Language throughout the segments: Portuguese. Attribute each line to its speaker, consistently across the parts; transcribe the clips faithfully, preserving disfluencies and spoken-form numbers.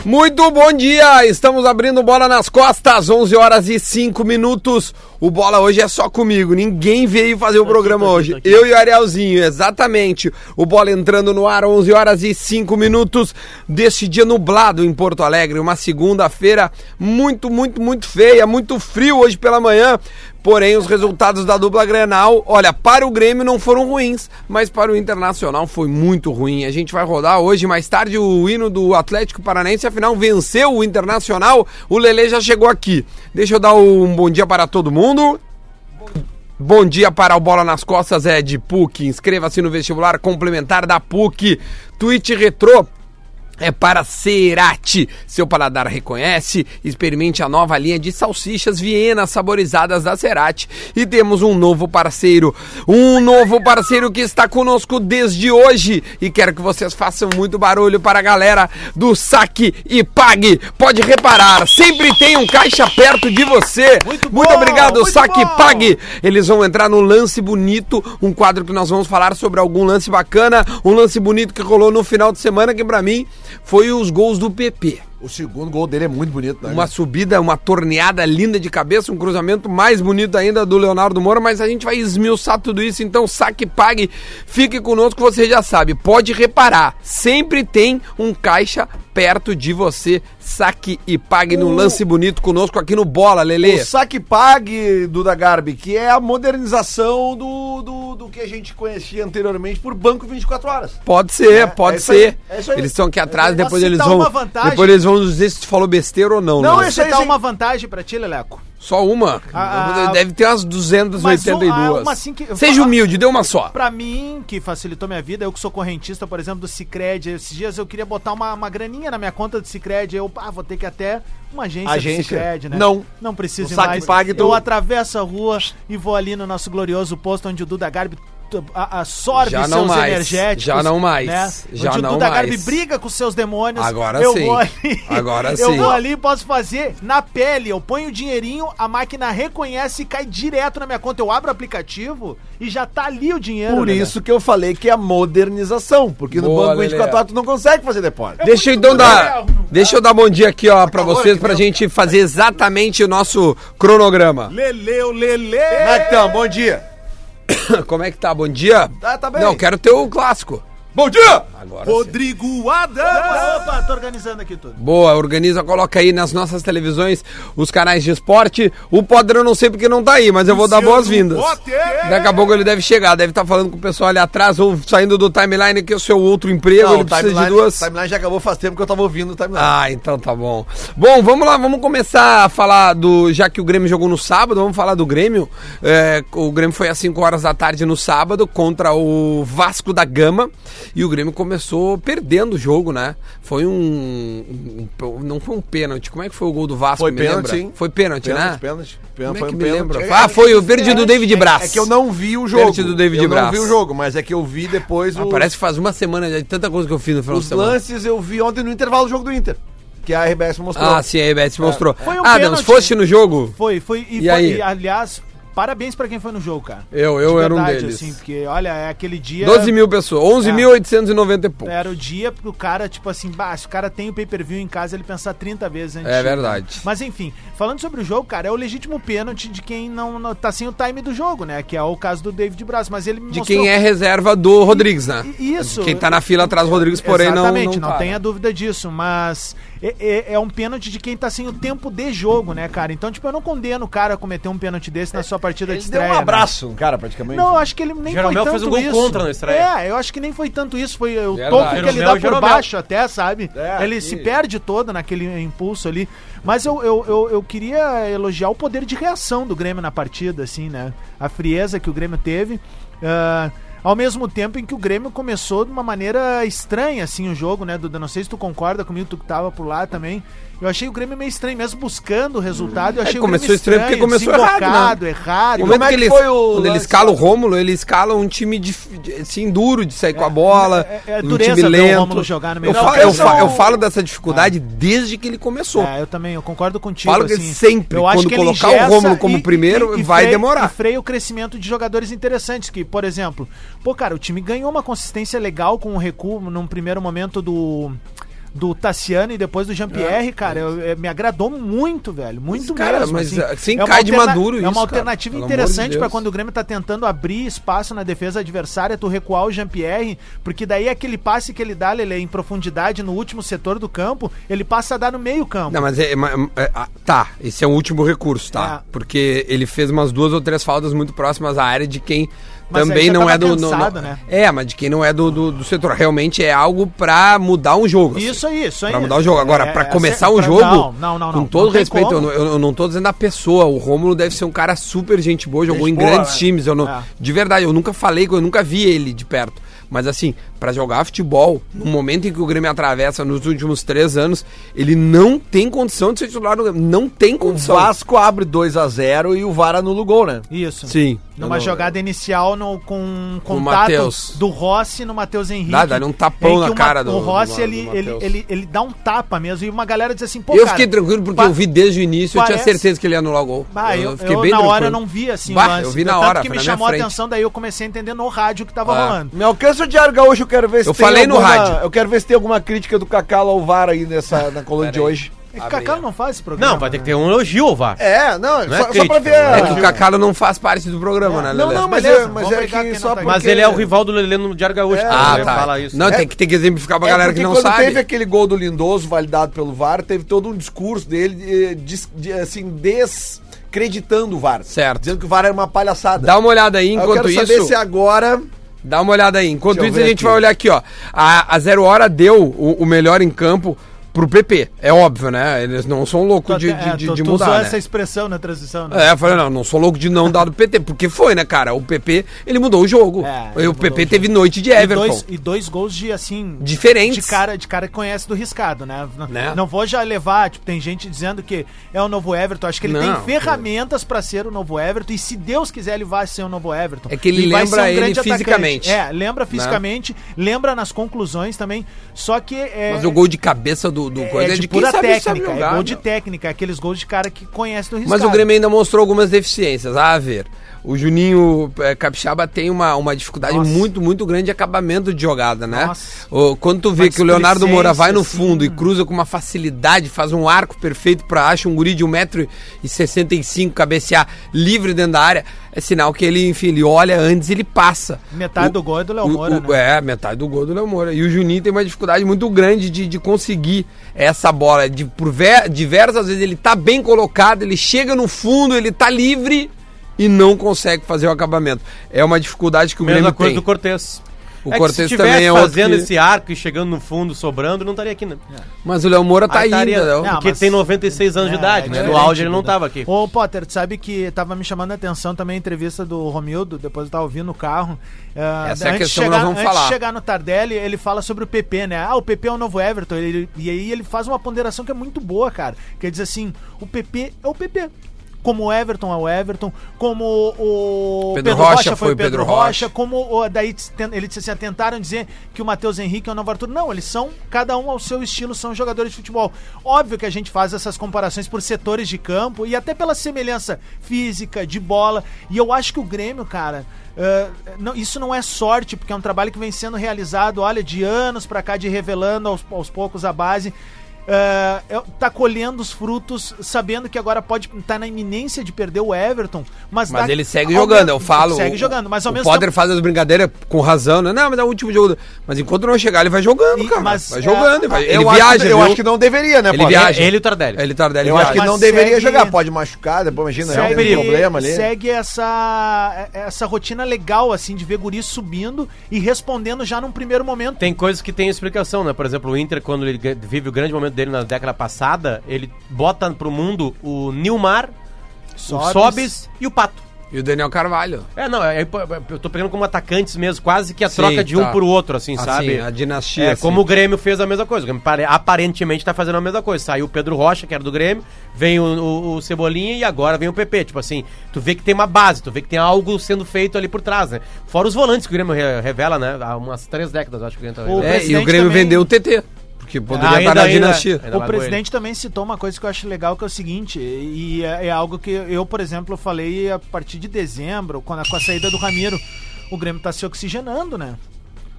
Speaker 1: Muito bom dia, estamos abrindo Bola nas Costas, onze horas e cinco minutos. O Bola hoje é só comigo, ninguém veio fazer o programa hoje. Eu e o Arielzinho, exatamente. O Bola entrando no ar, onze horas e cinco minutos deste dia nublado em Porto Alegre. Uma segunda-feira muito, muito, muito feia, muito frio hoje pela manhã. Porém, os resultados da dupla Grenal, olha, para o Grêmio não foram ruins, mas para o Internacional foi muito ruim. A gente vai rodar hoje, mais tarde, o hino do Atlético Paranaense, afinal venceu o Internacional, o Lelê já chegou aqui. Deixa eu dar um bom dia para todo mundo. Bom dia para o Bola nas Costas, é de P U C, inscreva-se no vestibular complementar da P U C, Tweet Retrô. É para Cerati, seu paladar reconhece, experimente a nova linha de salsichas Viena saborizadas da Cerati. E temos um novo parceiro, um novo parceiro que está conosco desde hoje e quero que vocês façam muito barulho para a galera do Saque e Pague. Pode reparar, sempre tem um caixa perto de você. Muito, bom, muito obrigado, muito Saque e Pague. Eles vão entrar no Lance Bonito, um quadro que nós vamos falar sobre algum lance bacana, um lance bonito que rolou no final de semana que para mim foi os gols do P P.
Speaker 2: O segundo gol dele é muito bonito, né?
Speaker 1: Uma subida, uma torneada linda de cabeça, um cruzamento mais bonito ainda do Leonardo Moura, mas a gente vai esmiuçar tudo isso, então Saque e Pague, fique conosco, você já sabe, pode reparar, sempre tem um caixa perto de você. Saque e Pague no Lance Bonito conosco aqui no Bola, Lelê.
Speaker 2: O Saque e Pague, Duda Garbi, que é a modernização do, do, do que a gente conhecia anteriormente por Banco vinte e quatro horas.
Speaker 1: Pode ser, é,
Speaker 2: é
Speaker 1: pode ser.
Speaker 2: Aí, é
Speaker 1: eles estão aqui atrás,
Speaker 3: é,
Speaker 1: depois eles vão depois eles vão dizer se tu falou besteira ou não.
Speaker 3: Não,
Speaker 1: né?
Speaker 3: isso aí dá uma vantagem pra ti, Leleco.
Speaker 1: Só uma? Ah, Deve ter umas duzentas e oitenta e duas.
Speaker 3: Uma assim que,
Speaker 1: Seja humilde, dê uma só.
Speaker 3: Pra mim, que facilitou minha vida, eu que sou correntista, por exemplo, do Sicredi, esses dias eu queria botar uma, uma graninha na minha conta do Sicredi, eu ah, vou ter que ir até uma agência, agência. do Sicredi, né?
Speaker 2: Não.
Speaker 3: Não preciso ir
Speaker 2: Saque
Speaker 3: mais.
Speaker 2: Pague, tu...
Speaker 3: Eu atravesso a rua e vou ali no nosso glorioso posto onde o Duda Garbi A, a sorve
Speaker 1: já
Speaker 3: seus
Speaker 1: mais,
Speaker 3: energéticos.
Speaker 1: Já não mais.
Speaker 3: Né?
Speaker 1: Já
Speaker 3: Onde
Speaker 1: não
Speaker 3: o Duda
Speaker 1: mais.
Speaker 3: Garbi briga com seus demônios.
Speaker 1: Agora
Speaker 3: eu
Speaker 1: sim.
Speaker 3: Vou ali,
Speaker 1: Agora
Speaker 3: eu
Speaker 1: sim.
Speaker 3: vou ali e posso fazer na pele. Eu ponho o dinheirinho, a máquina reconhece e cai direto na minha conta. Eu abro o aplicativo e já tá ali o dinheiro.
Speaker 2: Por
Speaker 3: né,
Speaker 2: isso que eu falei que é a modernização. Porque
Speaker 1: Boa,
Speaker 2: no Banco vinte e quatro horas tu não consegue fazer depósito.
Speaker 1: Deixa eu então dar. Deixa eu dar bom dia aqui, ó, pra vocês, pra gente fazer exatamente o nosso cronograma.
Speaker 3: Leleu, Lele!
Speaker 2: Como é que estão? Bom dia.
Speaker 1: Como é que tá? Bom dia?
Speaker 2: Tá, tá bem.
Speaker 1: Não, quero ter o clássico.
Speaker 2: Bom dia!
Speaker 1: Agora
Speaker 3: Rodrigo Adams! Opa, tô organizando aqui tudo.
Speaker 1: Boa, organiza, coloca aí nas nossas televisões os canais de esporte. O Poder eu não sei porque não tá aí, mas eu vou dar boas-vindas. Daqui a pouco ele deve chegar, deve estar falando com o pessoal ali atrás ou saindo do timeline, que é o seu outro emprego,
Speaker 2: Não,
Speaker 1: ele precisa
Speaker 2: timeline,
Speaker 1: de duas.
Speaker 2: O timeline já acabou faz tempo que eu tava ouvindo o timeline.
Speaker 1: Ah, então tá bom. Bom, vamos lá, vamos começar a falar do... Já que o Grêmio jogou no sábado, vamos falar do Grêmio. É, o Grêmio foi às cinco horas da tarde no sábado contra o Vasco da Gama e o Grêmio começou perdendo o jogo, né? Foi um, um... Não foi um pênalti. Como é que foi o gol do Vasco?
Speaker 2: Foi
Speaker 1: me
Speaker 2: pênalti,
Speaker 1: lembra?
Speaker 2: sim.
Speaker 1: Foi pênalti,
Speaker 2: Pênalti,
Speaker 1: né?
Speaker 2: pênalti.
Speaker 1: Como
Speaker 2: Foi
Speaker 1: é que
Speaker 2: um
Speaker 1: me
Speaker 2: pênalti.
Speaker 1: lembra? Ah, foi o verde do David Braz.
Speaker 2: É que eu não vi o jogo.
Speaker 1: Verde do David
Speaker 2: eu
Speaker 1: Braz.
Speaker 2: não vi o jogo, mas é que eu vi depois
Speaker 1: Ah,
Speaker 2: o...
Speaker 1: parece que faz uma semana já de tanta coisa que eu fiz no final
Speaker 2: Os
Speaker 1: de semana.
Speaker 2: lances eu vi ontem no intervalo do jogo do Inter, que a R B S mostrou.
Speaker 1: Ah, sim, a R B S mostrou.
Speaker 3: Foi um
Speaker 1: Adams,
Speaker 3: pênalti.
Speaker 1: foste no jogo?
Speaker 3: Foi, foi. E,
Speaker 1: E
Speaker 3: foi,
Speaker 1: aí?
Speaker 3: e, aliás, parabéns pra quem foi no jogo, cara.
Speaker 1: Eu, eu
Speaker 3: De
Speaker 1: era um
Speaker 3: verdade,
Speaker 1: deles.
Speaker 3: assim, porque, olha, é aquele dia...
Speaker 1: doze mil pessoas, onze mil oitocentos e noventa e pouco.
Speaker 3: Era o dia pro cara, tipo assim, bah, se o cara tem o pay-per-view em casa, ele pensar trinta vezes antes.
Speaker 1: É verdade.
Speaker 3: Mas enfim, falando sobre o jogo, cara, é o legítimo pênalti de quem não, não tá sem o time do jogo, né? Que é o caso do David Braz, mas ele
Speaker 1: De
Speaker 3: mostrou...
Speaker 1: quem é reserva do Rodrigues, né?
Speaker 3: I- Isso.
Speaker 1: Quem tá na fila atrás do Rodrigues, porém não
Speaker 3: Exatamente,
Speaker 1: não,
Speaker 3: não
Speaker 1: para.
Speaker 3: tenha dúvida disso, mas é, é, é um pênalti de quem tá sem o tempo de jogo, né, cara? Então, tipo, eu não condeno o cara a cometer um pênalti desse na sua partida
Speaker 2: Ele
Speaker 3: de estreia.
Speaker 2: deu um
Speaker 3: né?
Speaker 2: abraço, cara, praticamente.
Speaker 3: Não, eu acho que ele nem
Speaker 4: Jeromel
Speaker 3: foi tanto
Speaker 4: fez um gol
Speaker 3: isso.
Speaker 4: contra na estreia.
Speaker 3: É, eu acho que nem foi tanto isso, foi o
Speaker 1: Verdade.
Speaker 3: toco que ele
Speaker 4: Jeromel
Speaker 3: dá
Speaker 4: e
Speaker 3: por
Speaker 4: Jeromel.
Speaker 3: baixo até, sabe?
Speaker 2: É,
Speaker 3: ele
Speaker 2: e-
Speaker 3: se perde todo naquele impulso ali. Mas eu, eu, eu, eu queria elogiar o poder de reação do Grêmio na partida, assim, né? A frieza que o Grêmio teve. Ah, ao mesmo tempo em que o Grêmio começou de uma maneira estranha, assim, o jogo, né, Duda? Não sei se tu concorda comigo, tu que tava por lá também. Eu achei o Grêmio meio estranho, mesmo buscando o resultado. Eu achei
Speaker 1: É,
Speaker 3: o
Speaker 1: começou
Speaker 3: Grêmio
Speaker 1: estranho porque começou
Speaker 3: desembocado,
Speaker 1: errado, né?
Speaker 3: errado.
Speaker 1: No momento
Speaker 2: Como é
Speaker 1: que
Speaker 2: que
Speaker 1: ele,
Speaker 2: foi o
Speaker 1: quando ele
Speaker 2: lance
Speaker 1: escala
Speaker 2: lá?
Speaker 1: o Rômulo, ele escala um time de, de- assim, duro de sair com a bola,
Speaker 3: é- é
Speaker 1: um
Speaker 3: dureza
Speaker 1: time
Speaker 3: ver o
Speaker 1: lento.
Speaker 3: Rômulo jogar no meio
Speaker 1: eu,
Speaker 3: do
Speaker 1: fa-
Speaker 3: campo.
Speaker 1: eu, fa- eu
Speaker 2: Não-
Speaker 1: falo dessa dificuldade desde que ele começou.
Speaker 3: É, eu também, eu concordo contigo.
Speaker 1: Falo que
Speaker 3: assim,
Speaker 1: sempre,
Speaker 3: eu acho
Speaker 1: quando
Speaker 3: que ele
Speaker 1: colocar o
Speaker 3: engessa
Speaker 1: Rômulo como
Speaker 3: e-
Speaker 1: primeiro,
Speaker 3: e- e
Speaker 1: vai
Speaker 3: freia-
Speaker 1: demorar.
Speaker 3: E freia o crescimento de jogadores interessantes, que, por exemplo, pô, cara, o time ganhou uma consistência legal com o recuo num primeiro momento do... do Tassiano e depois do Jean-Pierre, é, cara, eu, eu, me agradou muito, velho. Muito
Speaker 1: cara,
Speaker 3: mesmo.
Speaker 1: Mas
Speaker 3: assim.
Speaker 1: sem
Speaker 3: é
Speaker 1: cai de maduro isso,
Speaker 3: É uma alternativa
Speaker 1: cara,
Speaker 3: interessante
Speaker 1: de
Speaker 3: pra quando o Grêmio tá tentando abrir espaço na defesa adversária, tu recuar o Jean-Pierre, porque daí aquele passe que ele dá, ele é em profundidade no último setor do campo, ele passa a dar no meio campo.
Speaker 1: Não, mas é, é, é, tá, esse é o último recurso, tá? É. Porque ele fez umas duas ou três faltas muito próximas à área de quem mas também não é do...
Speaker 3: Cansado,
Speaker 1: no, no,
Speaker 3: né?
Speaker 1: É, mas de quem não é do, do, do setor. Realmente é algo pra mudar um jogo.
Speaker 3: Isso
Speaker 1: assim,
Speaker 3: aí, isso aí.
Speaker 1: Pra mudar o jogo. Agora,
Speaker 3: é,
Speaker 1: pra
Speaker 3: é,
Speaker 1: começar
Speaker 3: é,
Speaker 1: um
Speaker 3: pra,
Speaker 1: jogo,
Speaker 3: não, não, não,
Speaker 1: com
Speaker 3: não,
Speaker 1: todo
Speaker 3: não
Speaker 1: respeito, eu, eu, eu não tô dizendo a pessoa, o Rômulo deve ser um cara super gente boa, jogou gente em boa, grandes né? times. Eu não, é. De verdade, eu nunca falei, eu nunca vi ele de perto. Mas assim, pra jogar futebol, no momento em que o Grêmio atravessa nos últimos três anos, ele não tem condição de ser titular no Grêmio. Não tem condição.
Speaker 2: O Vasco abre dois a zero e o V A R anula o gol, né?
Speaker 3: Isso.
Speaker 1: Sim.
Speaker 3: Numa não... jogada inicial no, com
Speaker 1: com
Speaker 3: contato do Rossi no Matheus Henrique.
Speaker 1: Dá, dá um tapão na cara
Speaker 3: do
Speaker 1: do
Speaker 3: O Rossi,
Speaker 1: do,
Speaker 3: ele,
Speaker 1: do
Speaker 3: ele, ele, ele dá um tapa mesmo. E uma galera diz assim, pô,
Speaker 1: Eu
Speaker 3: cara,
Speaker 1: fiquei tranquilo porque pa... eu vi desde o início, parece... eu tinha certeza que ele ia anular o gol.
Speaker 3: Bah, eu, eu fiquei eu, bem na tranquilo. Hora eu não vi assim.
Speaker 1: Bah, eu vi na hora,
Speaker 3: tanto que me chamou a atenção, daí eu comecei a entender no rádio o que tava ah. rolando.
Speaker 2: Me alcança o Diário Gaúcho, eu quero ver se
Speaker 1: eu
Speaker 2: tem
Speaker 1: falei
Speaker 2: alguma...
Speaker 1: no rádio.
Speaker 2: Eu quero ver se tem alguma crítica do Cacalo ao V A R aí nessa, na coluna de hoje.
Speaker 3: É que o Cacalo não faz esse programa.
Speaker 4: Não, vai ter que ter um elogio ao V A R.
Speaker 2: É, não,
Speaker 4: não
Speaker 2: só,
Speaker 4: é crítica,
Speaker 2: só pra ver.
Speaker 1: É que o Cacalo não faz parte do programa, é. né, Lelê?
Speaker 2: Não, não, mas,
Speaker 3: beleza,
Speaker 2: é, mas é que só porque...
Speaker 4: Mas ele é o rival do Lelê no Diário Gaúcho.
Speaker 2: É,
Speaker 1: ah,
Speaker 4: tá.
Speaker 1: tá.
Speaker 4: Fala isso.
Speaker 1: Não,
Speaker 2: é,
Speaker 1: tem, que, tem que exemplificar pra
Speaker 2: é
Speaker 1: galera que não
Speaker 2: quando
Speaker 1: sabe.
Speaker 2: Quando teve aquele gol do Lindoso validado pelo V A R, teve todo um discurso dele, de, de, de, assim, descreditando o V A R.
Speaker 1: Certo.
Speaker 2: Dizendo que o V A R era uma palhaçada.
Speaker 1: Dá uma olhada aí, enquanto isso...
Speaker 2: Eu quero saber se agora...
Speaker 1: Dá uma olhada aí. Enquanto isso, a gente
Speaker 2: aqui.
Speaker 1: vai olhar aqui, ó. A, a Zero Hora deu o, o melhor em campo pro P P. É óbvio, né? Eles não são loucos de, de,
Speaker 3: é,
Speaker 1: de,
Speaker 3: tu,
Speaker 1: de
Speaker 3: tu
Speaker 1: mudar,
Speaker 3: usou
Speaker 1: né?
Speaker 3: essa expressão na transição, né?
Speaker 1: É, eu falei, não, não sou louco de não dar do P T, porque foi, né, cara? O P P, ele mudou o jogo. É, o P P teve noite de Everton.
Speaker 3: E dois, e dois gols de, assim...
Speaker 1: diferentes.
Speaker 3: De cara, de cara que conhece do riscado, né?
Speaker 1: né?
Speaker 3: Não vou já levar, tipo, tem gente dizendo que é o novo Everton. Acho que ele não, tem ferramentas pra ser o novo Everton e se Deus quiser ele vai ser o novo Everton.
Speaker 1: É que ele
Speaker 3: e
Speaker 1: lembra
Speaker 3: um
Speaker 1: ele fisicamente.
Speaker 3: Atacante. É, lembra fisicamente, né? Lembra nas conclusões também, só que... É,
Speaker 1: Mas o gol de cabeça do, do
Speaker 3: é,
Speaker 1: coisa
Speaker 3: é
Speaker 1: de,
Speaker 3: de pura
Speaker 1: sabe,
Speaker 3: técnica,
Speaker 1: sabe jogar,
Speaker 3: é gol de
Speaker 1: meu.
Speaker 3: técnica, aqueles gols de cara que conhece do riscado.
Speaker 1: Mas o Grêmio ainda mostrou algumas deficiências, a ver... O Juninho é, Capixaba tem uma, uma dificuldade Nossa. muito, muito grande de acabamento de jogada, né? O, quando tu vê que o Leonardo Moura vai no fundo assim. E cruza com uma facilidade, faz um arco perfeito pra achar um guri de um metro e sessenta e cinco cabecear livre dentro da área, é sinal que ele, enfim, ele olha antes e ele passa.
Speaker 3: Metade o, do gol é do Léo Moura,
Speaker 1: o, o, né? É, metade do gol é do Léo Moura. E o Juninho tem uma dificuldade muito grande de, de conseguir essa bola. De, por ver, diversas vezes ele tá bem colocado, ele chega no fundo, ele tá livre... e não consegue fazer o acabamento. É uma dificuldade que o Grêmio tem.
Speaker 4: Mesma coisa do Cortez.
Speaker 1: O
Speaker 4: é
Speaker 1: Cortez
Speaker 4: se
Speaker 1: também é
Speaker 4: outro
Speaker 1: fazendo
Speaker 4: que... esse arco e chegando no fundo, sobrando, não estaria aqui, né? É.
Speaker 1: Mas o Léo Moura tá aí ainda, Léo.
Speaker 4: Porque mas... tem noventa e seis anos é, de idade, é, né? No auge ele não tava aqui.
Speaker 3: Ô, Potter, tu sabe que tava me chamando a atenção também a entrevista do Romildo, depois eu tava ouvindo no carro. Uh,
Speaker 1: Essa é a questão
Speaker 3: chegar,
Speaker 1: que nós vamos
Speaker 3: antes
Speaker 1: falar.
Speaker 3: Antes de chegar no Tardelli, ele fala sobre o P P, né? Ah, o P P é o novo Everton. Ele, e aí ele faz uma ponderação que é muito boa, cara. Que ele diz assim, o P P é o P P. Como o Everton é o Everton, como o
Speaker 1: Pedro, Pedro Rocha, Rocha foi o Pedro, Pedro Rocha,
Speaker 3: Rocha, como o, daí ele disse assim, tentaram dizer que o Matheus Henrique é o novo Arthur. Não, eles são, cada um ao seu estilo, são jogadores de futebol. Óbvio que a gente faz essas comparações por setores de campo e até pela semelhança física, de bola. E eu acho que o Grêmio, cara... Uh, não, isso não é sorte, porque é um trabalho que vem sendo realizado, olha, de anos pra cá, de revelando aos, aos poucos a base. Uh, tá colhendo os frutos, sabendo que agora pode estar tá na iminência de perder o Everton, mas,
Speaker 1: mas
Speaker 3: dá,
Speaker 1: ele segue jogando, eu falo.
Speaker 3: Segue o, jogando, mas ao
Speaker 1: o
Speaker 3: mesmo
Speaker 1: Potter
Speaker 3: tempo...
Speaker 1: faz as brincadeiras com razão, né? Não, mas é o último jogo. Mas enquanto não chegar, ele vai jogando, e, cara. Mas vai é, jogando, vai, ele viaja.
Speaker 2: Que, eu acho que não deveria, né?
Speaker 1: Ele
Speaker 2: Potter?
Speaker 1: viaja.
Speaker 4: Ele e o Tardelli.
Speaker 1: Ele e o Tardelli.
Speaker 2: Eu
Speaker 1: viaja.
Speaker 2: acho que não
Speaker 3: mas
Speaker 2: deveria
Speaker 3: segue,
Speaker 2: jogar, pode machucar, depois imagina,
Speaker 3: segue,
Speaker 2: tem um problema ali.
Speaker 3: Segue essa, essa rotina legal, assim, de ver guri subindo e respondendo já num primeiro momento.
Speaker 4: Tem coisas que tem explicação, né? Por exemplo, o Inter, quando ele vive o grande momento dele na década passada, ele bota pro mundo o Nilmar, Sobis. o Sobis e o Pato.
Speaker 1: E o Daniel Carvalho.
Speaker 4: É, não, é, eu tô pegando como atacantes mesmo, quase que a
Speaker 1: Sim,
Speaker 4: troca de
Speaker 1: tá.
Speaker 4: um pro outro, assim,
Speaker 1: assim
Speaker 4: sabe?
Speaker 1: A dinastia.
Speaker 4: É,
Speaker 1: assim.
Speaker 4: como o Grêmio fez a mesma coisa. O Grêmio aparentemente tá fazendo a mesma coisa. Saiu o Pedro Rocha, que era do Grêmio, vem o, o, o Cebolinha e agora vem o P P. Tipo assim, tu vê que tem uma base, tu vê que tem algo sendo feito ali por trás, né? Fora os volantes que o Grêmio re- revela, né? Há umas três décadas, acho que o Grêmio tá
Speaker 3: o
Speaker 1: É, e o Grêmio
Speaker 3: também...
Speaker 1: vendeu o T T. Que poderia
Speaker 4: ah,
Speaker 1: estar na
Speaker 4: ainda,
Speaker 1: dinastia.
Speaker 4: Ainda, ainda
Speaker 3: o presidente ele. também citou uma coisa que eu acho legal, que é o seguinte, e é, é algo que eu, por exemplo, falei a partir de dezembro, quando, com a saída do Ramiro, o Grêmio está se oxigenando, né?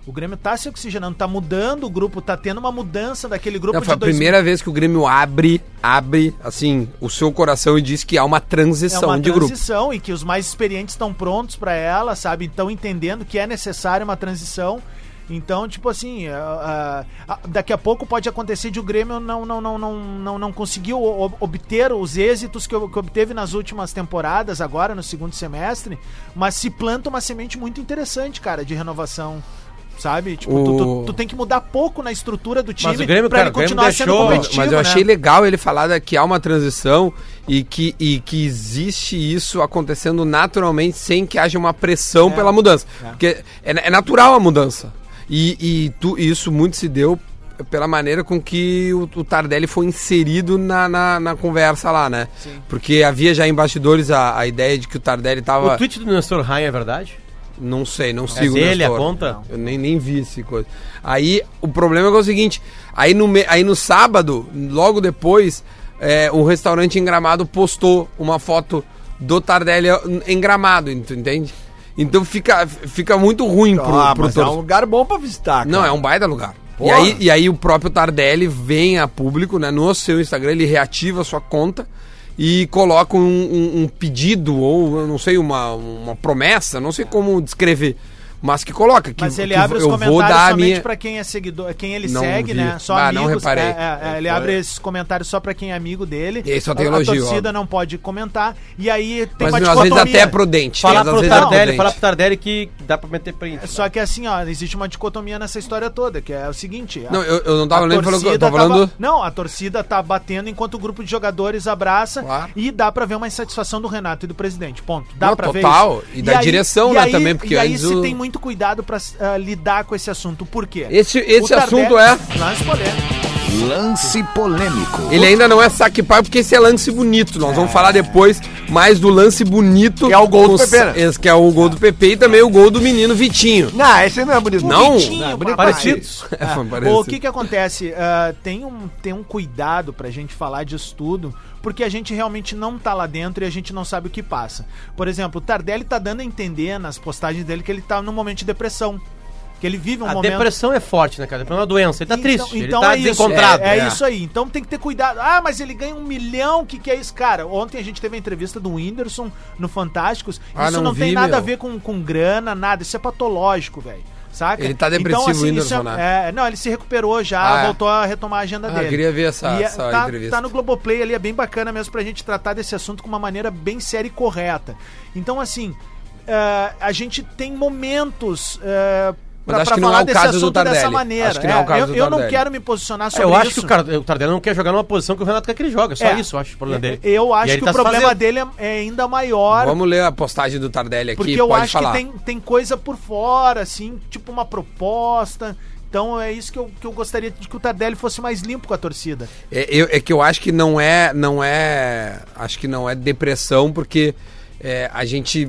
Speaker 3: O Grêmio tá se oxigenando, tá mudando o grupo, tá tendo uma mudança daquele grupo
Speaker 1: Não, foi a
Speaker 3: dois mil.
Speaker 1: primeira vez que o Grêmio abre, abre, assim, o seu coração e diz que há uma transição
Speaker 3: é uma
Speaker 1: de grupo.
Speaker 3: transição e que os mais experientes estão prontos pra ela, sabe? Estão entendendo que é necessária uma transição. Então, tipo assim, uh, uh, daqui a pouco pode acontecer de o Grêmio não, não, não, não, não, não conseguiu obter os êxitos que, que obteve nas últimas temporadas, agora no segundo semestre, mas se planta uma semente muito interessante, cara, de renovação. Sabe? Tipo,
Speaker 1: O-
Speaker 3: tu, tu, tu tem que mudar pouco na estrutura do time
Speaker 4: Mas o Grêmio,
Speaker 3: pra
Speaker 4: cara,
Speaker 3: ele
Speaker 4: o Grêmio
Speaker 3: continuar sendo
Speaker 4: deixou-
Speaker 3: competitivo,
Speaker 1: Mas eu
Speaker 3: né?
Speaker 1: achei legal ele falar da- que há uma transição e que, e que existe isso acontecendo naturalmente sem que haja uma pressão
Speaker 3: É.
Speaker 1: pela mudança.
Speaker 3: É.
Speaker 1: Porque é, é natural a mudança. E, e tu- isso muito se deu pela maneira com que o, o Tardelli foi inserido na, na, na conversa lá, né?
Speaker 3: Sim.
Speaker 1: Porque havia já em bastidores a, a ideia de que o Tardelli tava...
Speaker 4: O tweet do Nestor Rain é verdade?
Speaker 1: Não sei, não
Speaker 4: É
Speaker 1: sigo o
Speaker 4: dele a
Speaker 1: Nestor.
Speaker 4: conta?
Speaker 1: Eu nem, nem vi esse coisa. Aí, o problema é, que é o seguinte, aí no, me- aí no sábado, logo depois, é, um restaurante em Gramado postou uma foto do Tardelli em Gramado, ent- entende? Então fica, fica muito ruim pro,
Speaker 2: Ah,
Speaker 1: pro
Speaker 2: mas é um
Speaker 1: torcedor.
Speaker 2: lugar bom pra visitar, cara.
Speaker 1: Não, é um baita lugar. E
Speaker 2: Porra.
Speaker 1: aí, e aí o próprio Tardelli vem a público, né, no seu Instagram, ele reativa a sua conta e coloca um, um- um pedido, ou eu não sei, uma, uma promessa, não sei como descrever, mas que coloca. Que,
Speaker 3: Mas ele
Speaker 1: que
Speaker 3: abre os
Speaker 1: eu vou
Speaker 3: comentários
Speaker 1: dar a
Speaker 3: somente
Speaker 1: minha...
Speaker 3: pra quem é seguidor, quem ele
Speaker 1: Não
Speaker 3: segue,
Speaker 1: vi.
Speaker 3: né? Só
Speaker 1: Ah, não
Speaker 3: amigos.
Speaker 1: reparei.
Speaker 3: É, é, é, ele
Speaker 2: Foi.
Speaker 3: abre esses comentários só pra quem é amigo dele.
Speaker 1: E aí só tem
Speaker 3: a,
Speaker 1: elogio,
Speaker 3: a torcida
Speaker 1: óbvio.
Speaker 3: não pode comentar. E aí tem
Speaker 1: Mas
Speaker 3: uma
Speaker 1: às vezes
Speaker 3: dicotomia.
Speaker 1: até é prudente.
Speaker 4: Falar
Speaker 1: às
Speaker 4: pro
Speaker 1: vezes é
Speaker 4: Tardelli,
Speaker 1: prudente.
Speaker 4: falar pro Tardelli que dá pra meter print.
Speaker 3: Só que assim, ó, existe uma dicotomia nessa história toda, que é o seguinte. a-
Speaker 1: Não, eu, eu não tava
Speaker 3: a
Speaker 1: lendo, falando, eu
Speaker 3: torcida
Speaker 1: tava falando...
Speaker 3: tava- Não, a torcida tá batendo enquanto o grupo de jogadores abraça.
Speaker 1: Claro.
Speaker 3: E dá pra ver uma insatisfação do Renato e do presidente. Ponto. Dá
Speaker 1: Não,
Speaker 3: pra ver
Speaker 1: total.
Speaker 3: isso.
Speaker 1: E da direção,
Speaker 3: e
Speaker 1: né,
Speaker 3: aí-
Speaker 1: também, porque
Speaker 3: E aí
Speaker 1: antes
Speaker 3: se
Speaker 1: o-
Speaker 3: tem muito cuidado pra ah, lidar com esse assunto. Por quê?
Speaker 1: Esse, esse
Speaker 3: O
Speaker 1: assunto
Speaker 3: Tardelli-
Speaker 1: é...
Speaker 3: Lance polêmico.
Speaker 5: Lance polêmico.
Speaker 1: Ele ainda não é saque pai porque esse é lance bonito. Nós vamos falar depois mais do lance bonito.
Speaker 2: Que é o gol do
Speaker 1: com-
Speaker 2: P P, né?
Speaker 1: Esse que é o gol do P P e também o gol do menino Vitinho.
Speaker 2: Não, esse não é bonito.
Speaker 1: Não?
Speaker 3: Vitinho,
Speaker 2: Não, é bonito
Speaker 3: papai.
Speaker 4: Parecidos.
Speaker 1: É, foi
Speaker 3: O
Speaker 1: parecido.
Speaker 3: que que acontece? Ah, tem, um, tem um cuidado pra gente falar disso tudo, porque a gente realmente não tá lá dentro e a gente não sabe o que passa. Por exemplo, o Tardelli tá dando a entender nas postagens dele que ele tá num momento de depressão. Que ele vive um
Speaker 4: A
Speaker 3: momento...
Speaker 4: depressão é forte, né, cara? A depressão é uma doença. Ele tá triste, ele tá
Speaker 3: é isso,
Speaker 4: desencontrado.
Speaker 3: É, é
Speaker 1: É.
Speaker 3: isso aí. Então tem que ter cuidado. Ah, mas ele ganha um milhão, o que, que é isso? Cara, ontem a gente teve a entrevista do Whindersson no Fantásticos.
Speaker 1: Ah,
Speaker 3: Isso
Speaker 1: não
Speaker 3: não,
Speaker 1: vi,
Speaker 3: tem nada
Speaker 1: meu.
Speaker 3: a ver com, com grana, nada. Isso é patológico, velho. Saca?
Speaker 1: Ele tá depressivo,
Speaker 3: então,
Speaker 1: o Whindersson,
Speaker 3: isso é,
Speaker 1: né?
Speaker 3: é, não, ele se recuperou já,
Speaker 1: Ah, é?
Speaker 3: voltou a retomar a agenda
Speaker 1: Ah,
Speaker 3: dele.
Speaker 1: queria ver essa-
Speaker 3: E é-
Speaker 1: essa
Speaker 3: tá,
Speaker 1: entrevista.
Speaker 3: tá no Globoplay ali, é bem bacana mesmo pra gente tratar desse assunto com uma maneira bem séria e correta. Então, assim, eh, a gente tem momentos... eh,
Speaker 1: Mas
Speaker 3: pra,
Speaker 1: acho
Speaker 3: pra
Speaker 1: que não
Speaker 3: falar
Speaker 1: é o
Speaker 3: desse
Speaker 1: caso do
Speaker 3: assunto dessa
Speaker 1: Tardelli.
Speaker 3: maneira.
Speaker 1: Acho que não é o caso
Speaker 3: eu,
Speaker 1: do
Speaker 3: eu não
Speaker 1: Tardelli.
Speaker 3: quero me posicionar sobre
Speaker 4: Eu acho
Speaker 3: isso.
Speaker 4: que o, cara, o Tardelli não quer jogar numa posição que o Renato quer que ele joga. Só
Speaker 3: É.
Speaker 4: isso, eu acho, o problema dele.
Speaker 3: Eu
Speaker 4: E
Speaker 3: acho
Speaker 4: ele
Speaker 3: que
Speaker 4: tá
Speaker 3: o
Speaker 4: se
Speaker 3: problema
Speaker 4: fazendo.
Speaker 3: dele é, é ainda maior.
Speaker 1: Vamos ler a postagem do Tardelli aqui,
Speaker 3: Porque eu
Speaker 1: pode
Speaker 3: acho
Speaker 1: falar.
Speaker 3: que tem, tem coisa por fora, assim, tipo uma proposta. Então é isso que eu, que eu gostaria de que o Tardelli fosse mais limpo com a torcida.
Speaker 1: É, eu- é que eu acho que não é, não é, acho que não é depressão, porque é, a gente,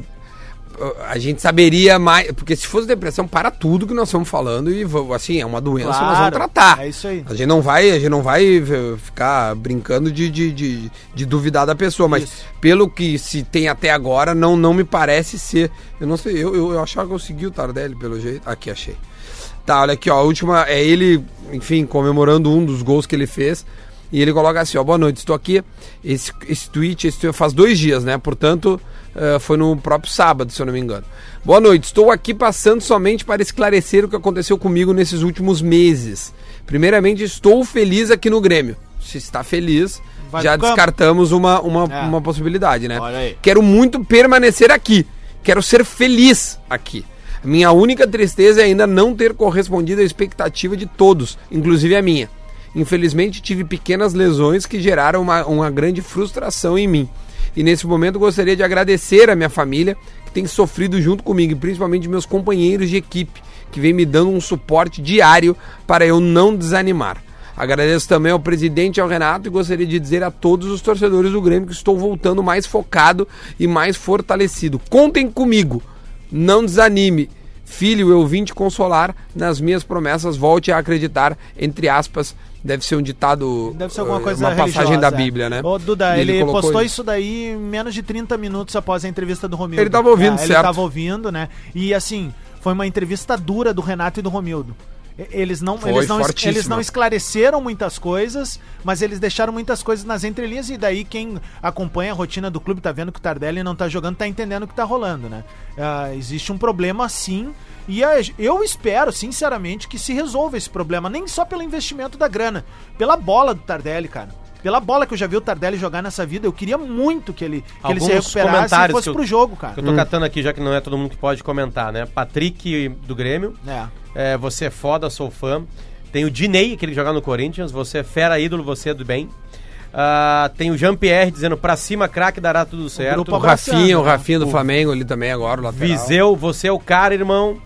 Speaker 1: a gente saberia mais, porque se fosse depressão, para tudo que nós estamos falando e va- assim é uma doença, nós vamos
Speaker 3: Claro,
Speaker 1: tratar.
Speaker 3: é isso aí.
Speaker 1: A gente não vai, a gente não vai eh, ficar brincando de, de, de, de duvidar da pessoa, mas
Speaker 3: Isso.
Speaker 1: pelo que se tem até agora, não, não me parece ser. Eu não sei, eu, eu, eu achava que eu segui o Tardelli pelo jeito. Aqui achei. Tá, olha aqui, ó, a última é ele, enfim, comemorando um dos gols que ele fez. E ele coloca assim, ó, boa noite, estou aqui. Esse, esse tweet, esse tweet faz dois dias, né? Portanto, eh, foi no próprio sábado, se eu não me engano. Boa noite, estou aqui passando somente para esclarecer o que aconteceu comigo nesses últimos meses. Primeiramente, estou feliz aqui no Grêmio. Se está feliz,
Speaker 3: Vai
Speaker 1: já
Speaker 3: pro campo.
Speaker 1: descartamos uma, uma,
Speaker 3: É.
Speaker 1: uma possibilidade, né?
Speaker 2: Olha aí.
Speaker 1: Quero muito permanecer aqui. Quero ser feliz aqui. Minha única tristeza é ainda não ter correspondido à expectativa de todos, inclusive a minha. Infelizmente tive pequenas lesões que geraram uma, uma grande frustração em mim. E nesse momento gostaria de agradecer a minha família, que tem sofrido junto comigo, e principalmente meus companheiros de equipe, que vem me dando um suporte diário para eu não desanimar. Agradeço também ao presidente e ao Renato e gostaria de dizer a todos os torcedores do Grêmio que estou voltando mais focado e mais fortalecido. Contem comigo, não desanime. Filho, eu vim te consolar nas minhas promessas, volte a acreditar, entre aspas, deve ser um ditado,
Speaker 3: Deve ser alguma
Speaker 1: eh,
Speaker 3: coisa
Speaker 1: uma passagem
Speaker 3: religiosa,
Speaker 1: da
Speaker 3: é.
Speaker 1: Bíblia, né?
Speaker 3: Ô, Duda,
Speaker 1: E
Speaker 3: ele,
Speaker 1: colocou
Speaker 3: postou
Speaker 1: isso.
Speaker 3: isso daí menos de trinta minutos após a entrevista do Romildo.
Speaker 1: Ele tava ouvindo,
Speaker 3: é, Ele
Speaker 1: certo.
Speaker 3: tava ouvindo, né? E assim, foi uma entrevista dura do Renato e do Romildo. Eles não,
Speaker 1: Foi
Speaker 3: eles, não,
Speaker 1: fortíssima.
Speaker 3: eles não esclareceram muitas coisas, mas eles deixaram muitas coisas nas entrelinhas, e daí quem acompanha a rotina do clube tá vendo que o Tardelli não tá jogando, tá entendendo o que tá rolando, né? Uh, existe um problema sim, e a, eu espero, sinceramente, que se resolva esse problema, nem só pelo investimento da grana, pela bola do Tardelli, cara. Pela bola que eu já vi o Tardelli jogar nessa vida, eu queria muito que ele, que ele se recuperasse e fosse
Speaker 4: eu,
Speaker 3: pro jogo, cara.
Speaker 4: Que eu tô hum. catando aqui, já que não é todo mundo que pode comentar, né? Patrick do Grêmio.
Speaker 3: É.
Speaker 4: É, você é foda, sou fã. Tem o Dinei, que ele joga no Corinthians. Você é fera, ídolo, você é do bem. Uh, tem o Jean-Pierre dizendo pra cima, craque, dará tudo certo.
Speaker 1: O, o Rafinha, o Rafinha do o Flamengo ali também agora, o lateral.
Speaker 4: Viseu, você é o cara, irmão.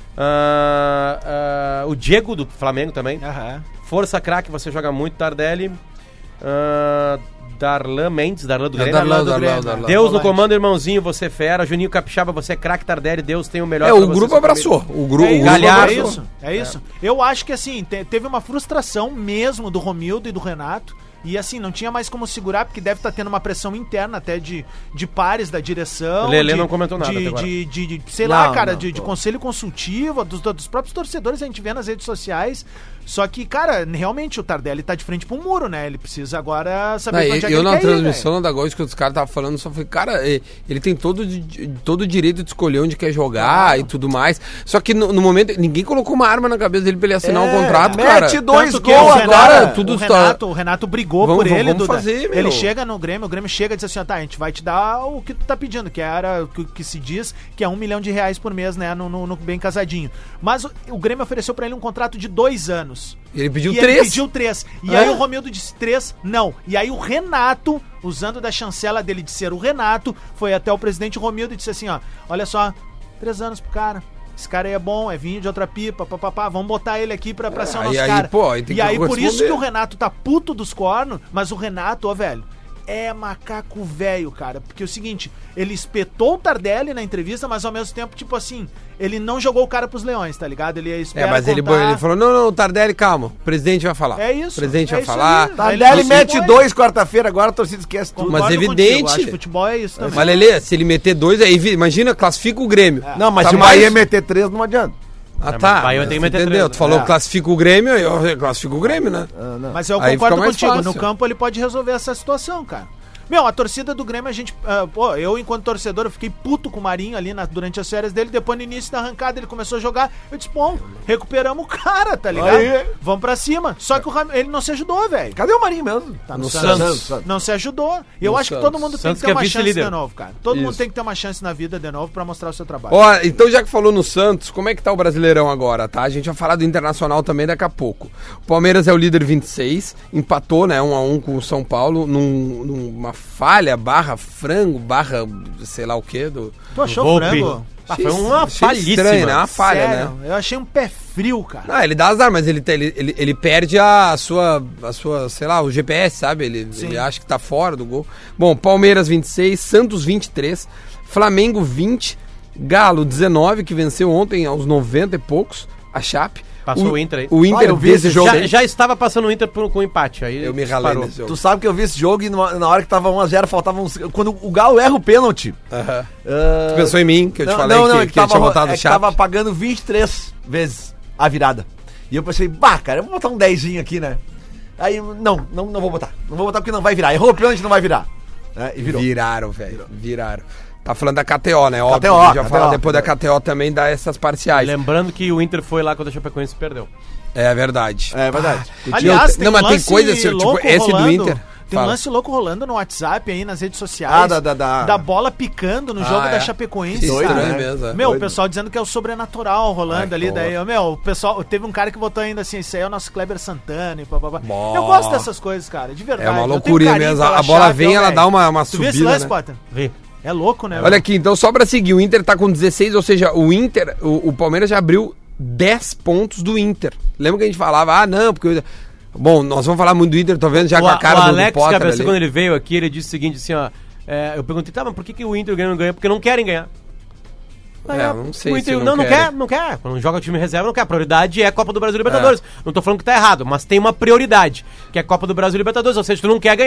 Speaker 4: Uh, uh, o Diego do Flamengo também.
Speaker 3: Uhum.
Speaker 4: Força, craque, você joga muito, Tardelli. Uh, Darlan Mendes, Darlan do
Speaker 1: É,
Speaker 4: Grêmio.
Speaker 1: Darlan,
Speaker 3: do
Speaker 1: Darlan,
Speaker 3: Grêmio.
Speaker 1: Darlan.
Speaker 4: Deus no comando, irmãozinho, você é fera. Juninho Capixaba, você é craque, Tardelli. Deus tem o melhor
Speaker 1: É,
Speaker 4: pra
Speaker 1: o
Speaker 4: você,
Speaker 1: grupo
Speaker 4: sua
Speaker 1: abraçou.
Speaker 4: família.
Speaker 1: O, gru,
Speaker 3: É
Speaker 1: o
Speaker 3: isso,
Speaker 1: grupo
Speaker 4: Galhardo.
Speaker 3: é
Speaker 1: abraçou.
Speaker 3: isso, é isso. Eu acho que assim, te- teve uma frustração mesmo do Romildo e do Renato. E assim, não tinha mais como segurar, porque deve estar tendo uma pressão interna até de, de pares da direção.
Speaker 4: O Lelê
Speaker 3: de,
Speaker 4: não comentou nada
Speaker 3: de,
Speaker 4: até agora.
Speaker 3: de, de, de- sei
Speaker 2: Não,
Speaker 3: lá, cara,
Speaker 2: não,
Speaker 3: de, de
Speaker 2: pô.
Speaker 3: conselho consultivo, dos, dos próprios torcedores a gente vê nas redes sociais. Só que, cara, realmente o Tardelli tá de frente pro muro, né? Ele precisa agora saber
Speaker 1: Não,
Speaker 3: pra onde é que
Speaker 1: eu
Speaker 3: ele
Speaker 1: na
Speaker 3: quer ir,
Speaker 1: transmissão
Speaker 3: velho.
Speaker 1: da Gol, que os caras estavam falando, só falei, cara, eh, ele tem todo, de- todo o direito de escolher onde quer jogar
Speaker 3: Claro.
Speaker 1: e tudo mais. Só que no, no momento, ninguém colocou uma arma na cabeça dele pra ele assinar
Speaker 2: É,
Speaker 1: um contrato,
Speaker 2: mete
Speaker 1: cara.
Speaker 2: dois
Speaker 3: Tanto que
Speaker 2: gols
Speaker 3: o
Speaker 1: agora,
Speaker 3: Renato,
Speaker 1: tudo
Speaker 3: o
Speaker 1: está-
Speaker 3: Renato, o Renato brigou
Speaker 1: Vamos-
Speaker 3: por ele,
Speaker 1: vamos
Speaker 3: Duda.
Speaker 1: fazer, meu.
Speaker 3: Ele chega no Grêmio, o Grêmio chega e diz assim, ó, tá, a gente vai te dar o que tu tá pedindo, que era o que, que se diz que é um milhão de reais por mês, né, no, no- no bem casadinho. Mas o, o Grêmio ofereceu pra ele um contrato de dois anos.
Speaker 1: Ele pediu
Speaker 3: e
Speaker 1: três.
Speaker 3: Ele pediu três. E
Speaker 1: É.
Speaker 3: aí o Romildo disse três, não. E aí o Renato, usando da chancela dele de ser o Renato, foi até o presidente Romildo e disse assim, ó, olha só, três anos pro cara. Esse cara aí é bom, é vinho de outra pipa, papapá, vamos botar ele aqui pra, pra ser o
Speaker 1: aí-
Speaker 3: nosso
Speaker 1: aí,
Speaker 3: cara.
Speaker 1: pô, aí tem
Speaker 3: e
Speaker 1: que
Speaker 3: aí por isso
Speaker 1: corresponder.
Speaker 3: que o Renato tá puto dos cornos, mas o Renato, ó, velho, é macaco velho, cara. Porque é o seguinte, ele espetou o Tardelli na entrevista, mas ao mesmo tempo, tipo assim, ele não jogou o cara pros leões, tá ligado? Ele
Speaker 1: É,
Speaker 3: espera
Speaker 1: mas ele,
Speaker 3: contar-
Speaker 1: ele falou, não, não, Tardelli, calma, o presidente vai falar.
Speaker 3: É isso.
Speaker 1: O presidente
Speaker 3: é
Speaker 1: vai
Speaker 3: isso
Speaker 1: falar.
Speaker 3: aí.
Speaker 2: Tardelli
Speaker 3: Ele-
Speaker 2: mete
Speaker 3: Foi.
Speaker 2: dois quarta-feira, agora a torcida esquece tudo.
Speaker 1: Mas
Speaker 3: Concordo
Speaker 1: evidente.
Speaker 3: contigo, acho que futebol é isso também.
Speaker 1: Mas, Lelê, se ele meter dois, aí, vi- imagina, classifica o Grêmio.
Speaker 2: Não, mas
Speaker 1: Tá
Speaker 2: se o
Speaker 1: mais-
Speaker 2: Bahia meter três, não adianta.
Speaker 1: Ah,
Speaker 4: mas
Speaker 1: tá.
Speaker 4: o Bahia
Speaker 1: mas
Speaker 4: tem que
Speaker 1: você
Speaker 4: meter
Speaker 1: entendeu?
Speaker 4: três,
Speaker 1: Tu falou
Speaker 2: né?
Speaker 1: classifica o Grêmio, eu classifico o Grêmio, né?
Speaker 3: Mas eu
Speaker 1: Aí
Speaker 3: concordo
Speaker 1: fica mais
Speaker 3: contigo,
Speaker 1: fácil.
Speaker 3: no campo ele pode resolver essa situação, cara. Meu, a torcida do Grêmio, a gente. ah, pô, eu, enquanto torcedor, eu fiquei puto com o Marinho ali na- durante as férias dele. Depois, no início da arrancada, ele começou a jogar. Eu disse, bom, recuperamos o cara, tá ligado?
Speaker 2: Aí.
Speaker 3: Vamos pra cima. Só que o Ram- ele não se ajudou, velho.
Speaker 2: Cadê o Marinho mesmo?
Speaker 3: Tá
Speaker 1: No
Speaker 3: Santos.
Speaker 2: Santos.
Speaker 3: Não se ajudou. E eu
Speaker 1: No
Speaker 3: acho que
Speaker 1: Santos.
Speaker 3: todo mundo tem
Speaker 4: Santos
Speaker 3: que ter
Speaker 4: que é
Speaker 3: uma chance
Speaker 4: vice-líder.
Speaker 3: de novo, cara. Todo mundo
Speaker 1: Isso.
Speaker 3: tem que ter uma chance na vida de novo pra mostrar o seu trabalho.
Speaker 1: Ó, então já que falou no Santos, como é que tá o Brasileirão agora, tá? A gente vai falar do Internacional também daqui a pouco. O Palmeiras é o líder vinte e seis, empatou, né, um a um com o São Paulo, num- numa falha, barra frango, barra sei lá o quê. Do...
Speaker 3: Tu achou
Speaker 4: Volpe.
Speaker 3: frango?
Speaker 4: Ah, foi uma
Speaker 1: Achei
Speaker 4: falhíssima.
Speaker 1: estranho, né? Uma falha,
Speaker 3: Sério,
Speaker 1: né?
Speaker 3: eu achei um pé frio, cara.
Speaker 1: Não, ele dá azar, mas ele, tem- ele, ele, ele perde a sua, a sua, sei lá, o G P S, sabe? Ele,
Speaker 3: Sim.
Speaker 1: ele acha que tá fora do gol. Bom, Palmeiras vinte e seis, Santos vinte e três, Flamengo vinte, Galo dezenove, que venceu ontem aos noventa e poucos, a Chape.
Speaker 4: Passou o Inter aí.
Speaker 1: O Inter
Speaker 2: Ah, eu vi esse
Speaker 1: desejou...
Speaker 4: Já, já estava passando o Inter por, com empate. Aí
Speaker 1: Eu me ralei
Speaker 4: disparou.
Speaker 1: nesse jogo.
Speaker 2: Tu sabe que eu vi esse jogo e numa- na hora que tava um a zero, faltava uns... Quando o Galo erra o pênalti...
Speaker 1: Aham.
Speaker 2: ah,
Speaker 1: Tu pensou em mim, que eu te
Speaker 2: não,
Speaker 1: falei
Speaker 2: não, não,
Speaker 1: que,
Speaker 2: é
Speaker 1: que, eu tinha
Speaker 2: tava,
Speaker 1: votado
Speaker 2: é
Speaker 1: o
Speaker 2: que
Speaker 1: Chape.
Speaker 2: tava pagando vinte e três vezes a virada. E eu pensei, bah, cara, eu vou botar um dezinho aqui, né? Aí, não, não, não vou botar. Não vou botar porque não vai virar. Errou o pênalti, não vai virar. É, e virou.
Speaker 1: Viraram, velho. Viraram. Tá falando da K T O, né? Óbvio,
Speaker 2: K T O,
Speaker 1: a gente vai
Speaker 2: K T O,
Speaker 1: falar depois da
Speaker 2: K T O.
Speaker 1: K T O também, dar essas parciais.
Speaker 4: Lembrando que o Inter foi lá quando a Chapecoense perdeu.
Speaker 1: É verdade.
Speaker 2: É verdade.
Speaker 3: Aliás, tem
Speaker 1: não,
Speaker 3: um
Speaker 1: mas tem
Speaker 3: lance
Speaker 1: coisa assim, tipo,
Speaker 3: louco
Speaker 1: esse do
Speaker 3: rolando.
Speaker 1: Inter.
Speaker 3: Tem
Speaker 1: Fala.
Speaker 3: um lance louco rolando no WhatsApp aí, nas redes sociais.
Speaker 2: Ah, da- da- da-
Speaker 3: bola picando no
Speaker 1: Ah,
Speaker 3: jogo
Speaker 1: é.
Speaker 3: da Chapecoense.
Speaker 1: Que
Speaker 2: Doido,
Speaker 3: cara.
Speaker 2: né?
Speaker 1: mesmo, é.
Speaker 3: Meu, o
Speaker 2: Doido.
Speaker 3: pessoal dizendo que é o sobrenatural rolando
Speaker 1: Ai,
Speaker 3: ali.
Speaker 1: que
Speaker 3: Daí,
Speaker 1: horror.
Speaker 3: meu, o pessoal. Teve um cara que botou ainda assim: isso aí é o nosso Kleber Santana e papapá.
Speaker 1: Bom.
Speaker 3: Eu gosto dessas coisas, cara, de verdade.
Speaker 1: É uma
Speaker 3: Eu tenho
Speaker 1: loucurinha
Speaker 3: carinho
Speaker 1: mesmo.
Speaker 3: pela
Speaker 1: A bola
Speaker 3: Chape,
Speaker 1: vem,
Speaker 3: ó,
Speaker 1: ela
Speaker 3: velho.
Speaker 1: dá uma, uma
Speaker 3: Tu viu esse
Speaker 1: subida,
Speaker 3: lance,
Speaker 1: né?
Speaker 3: Potter?
Speaker 4: Vi.
Speaker 3: É louco, né?
Speaker 1: Olha aqui, então só pra seguir, o Inter tá com dezesseis, ou seja, o Inter, o, o Palmeiras já abriu dez pontos do Inter. Lembra que a gente falava, ah, não, porque... o- Bom, nós vamos falar muito do Inter, tô vendo já
Speaker 4: O,
Speaker 1: com a cara
Speaker 4: o
Speaker 1: do,
Speaker 4: Alex
Speaker 1: do Potter
Speaker 4: Cabeça,
Speaker 1: ali.
Speaker 4: quando ele veio aqui, ele disse o seguinte, assim, ó... é, eu perguntei, tá, mas por que, que o Inter e o Grêmio não ganham? Porque não querem ganhar.
Speaker 1: É, eu não sei
Speaker 4: o
Speaker 1: se
Speaker 4: Inter,
Speaker 1: não
Speaker 4: não, não
Speaker 1: querem.
Speaker 4: quer, não quer. Quando joga o time reserva, não quer. A prioridade é a Copa do Brasil e Libertadores. Não tô falando que tá errado, mas tem uma prioridade, que é a Copa do Brasil e Libertadores, ou seja, tu não quer ganhar.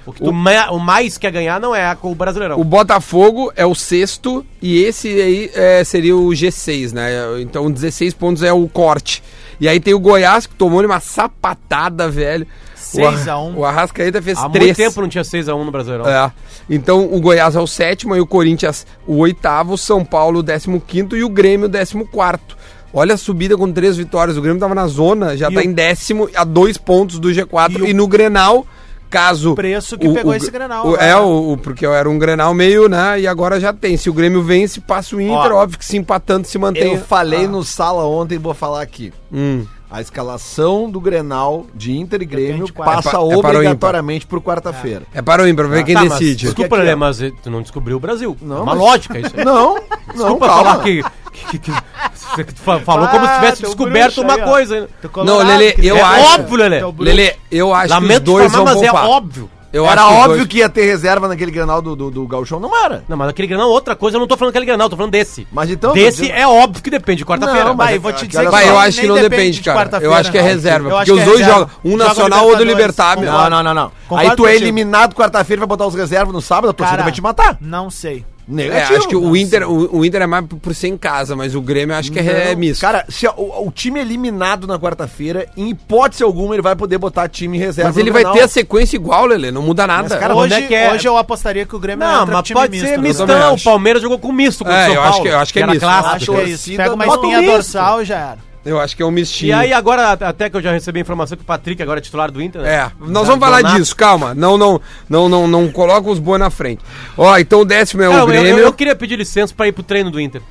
Speaker 4: O que tu ma- o mais quer ganhar não é a, o Brasileirão.
Speaker 1: O Botafogo é o sexto e esse aí é, seria o G seis, né? Então dezesseis pontos é o corte. E aí tem o Goiás, que tomou uma sapatada, velho.
Speaker 3: seis a um.
Speaker 1: O Arrascaeta fez
Speaker 4: Há
Speaker 1: três.
Speaker 4: muito tempo não tinha seis a um no Brasileirão.
Speaker 1: É. Então o Goiás é o sétimo, e o Corinthians o oitavo, o São Paulo o décimo quinto e o Grêmio o décimo quarto. Olha a subida com três vitórias. O Grêmio tava na zona, já
Speaker 3: E
Speaker 1: tá
Speaker 3: o-
Speaker 1: em décimo, a dois pontos do G quatro.
Speaker 3: E
Speaker 1: E,
Speaker 3: o-
Speaker 1: no Grenal, caso...
Speaker 3: O preço que pegou esse Grenal,
Speaker 1: o-
Speaker 3: né?
Speaker 1: É, o, o- porque era um Grenal meio, né? E agora já tem. Se o Grêmio vence, passa o Inter.
Speaker 2: Ó,
Speaker 1: óbvio que se empatando se mantém.
Speaker 2: Eu falei
Speaker 1: Ah.
Speaker 2: no Sala ontem e vou falar aqui.
Speaker 1: Hum.
Speaker 2: A escalação do Grenal de Inter e Grêmio
Speaker 3: Depende qual é.
Speaker 2: passa
Speaker 1: É pa- é para o
Speaker 2: obrigatoriamente por quarta-feira.
Speaker 1: É para o Ímpar, pra ver quem
Speaker 4: Tá, mas
Speaker 1: decide.
Speaker 4: desculpa,
Speaker 2: Aqui,
Speaker 4: Lelê,
Speaker 2: ó.
Speaker 4: mas tu não descobriu o Brasil.
Speaker 2: Não,
Speaker 4: é uma
Speaker 2: mas-
Speaker 4: lógica isso aí.
Speaker 2: Não, não,
Speaker 4: Desculpa
Speaker 2: calma.
Speaker 4: falar que, que, que, que você fa- falou como se
Speaker 3: Ah,
Speaker 4: tivesse
Speaker 3: teu
Speaker 4: descoberto
Speaker 3: bruxo
Speaker 4: uma
Speaker 3: aí, ó.
Speaker 4: coisa.
Speaker 3: Tô
Speaker 1: Não,
Speaker 3: colorado,
Speaker 1: Lelê,
Speaker 3: que
Speaker 1: eu
Speaker 3: é
Speaker 1: acho...
Speaker 4: óbvio, Lelê.
Speaker 3: Teu bruxo.
Speaker 1: Lelê, eu acho
Speaker 4: Lamento
Speaker 1: que os dois
Speaker 4: informar,
Speaker 1: vão
Speaker 4: mas é
Speaker 1: poupar.
Speaker 4: óbvio.
Speaker 1: Eu
Speaker 2: Era
Speaker 1: acho que os
Speaker 2: óbvio
Speaker 1: dois-
Speaker 2: que ia ter reserva naquele Grenal do, do, do Gauchão. Não era.
Speaker 4: Não, mas aquele Grenal é outra coisa, eu não tô falando aquele Grenal, tô falando desse.
Speaker 2: Mas então...
Speaker 4: Desse é óbvio que depende de quarta-feira.
Speaker 2: Não, mas
Speaker 3: Vai,
Speaker 2: é-
Speaker 3: vou te
Speaker 2: que
Speaker 3: dizer
Speaker 2: olha
Speaker 3: que
Speaker 1: Vai,
Speaker 2: só.
Speaker 1: eu
Speaker 3: nem
Speaker 1: acho que não
Speaker 3: depende
Speaker 1: depende,
Speaker 3: de
Speaker 1: cara. Eu
Speaker 3: quarta-feira,
Speaker 1: acho que é
Speaker 3: não.
Speaker 1: reserva.
Speaker 3: Eu
Speaker 1: Porque
Speaker 3: acho
Speaker 1: os
Speaker 3: que é
Speaker 1: dois
Speaker 3: reserva.
Speaker 1: jogam. Um
Speaker 3: Joga
Speaker 1: Nacional, outro
Speaker 3: Libertadores.
Speaker 1: Libertar.
Speaker 2: Não, não, não, não.
Speaker 3: Concordo
Speaker 2: Aí tu é
Speaker 3: contigo.
Speaker 2: eliminado quarta-feira, vai botar os reservas no sábado, a torcida
Speaker 3: Cara,
Speaker 2: vai te matar.
Speaker 3: Não sei.
Speaker 1: É, acho que o
Speaker 3: não
Speaker 1: Inter, o, o Inter é mais por- por ser em casa, mas o Grêmio eu acho que é,
Speaker 2: Não.
Speaker 1: misto.
Speaker 2: Cara, se a- o, o time é eliminado na quarta-feira, em hipótese alguma ele vai poder botar time em reserva.
Speaker 1: mas
Speaker 2: no
Speaker 1: ele vai
Speaker 2: Grenal.
Speaker 1: ter a sequência igual, Lelê, não muda nada.
Speaker 2: Mas, cara,
Speaker 3: hoje,
Speaker 4: onde é que é?
Speaker 3: hoje eu apostaria que o Grêmio
Speaker 4: Não,
Speaker 3: entra com
Speaker 4: mas
Speaker 3: time
Speaker 4: pode
Speaker 3: misto,
Speaker 4: ser
Speaker 3: né?
Speaker 1: também
Speaker 4: mistão. O
Speaker 1: acho.
Speaker 4: Palmeiras jogou com misto contra
Speaker 1: É,
Speaker 4: o São
Speaker 1: eu
Speaker 4: Paulo.
Speaker 1: acho que- eu acho que é
Speaker 4: era
Speaker 1: misto.
Speaker 4: clássico.
Speaker 3: Acho que é isso.
Speaker 2: torcida
Speaker 3: Pega uma
Speaker 2: bota
Speaker 3: espinha
Speaker 4: misto.
Speaker 3: dorsal já era.
Speaker 1: Eu acho que é um mistinho.
Speaker 4: E aí agora, até que eu já recebi a informação que o Patrick agora é titular do Inter, né?
Speaker 1: É, nós
Speaker 4: Já
Speaker 1: vamos falar
Speaker 4: Donato.
Speaker 1: disso, calma. Não, não, não, não, não coloca os boi na frente. Ó, então o décimo é
Speaker 4: Cara,
Speaker 1: o
Speaker 4: eu,
Speaker 1: Grêmio.
Speaker 4: eu, eu queria pedir licença pra ir pro treino do Inter.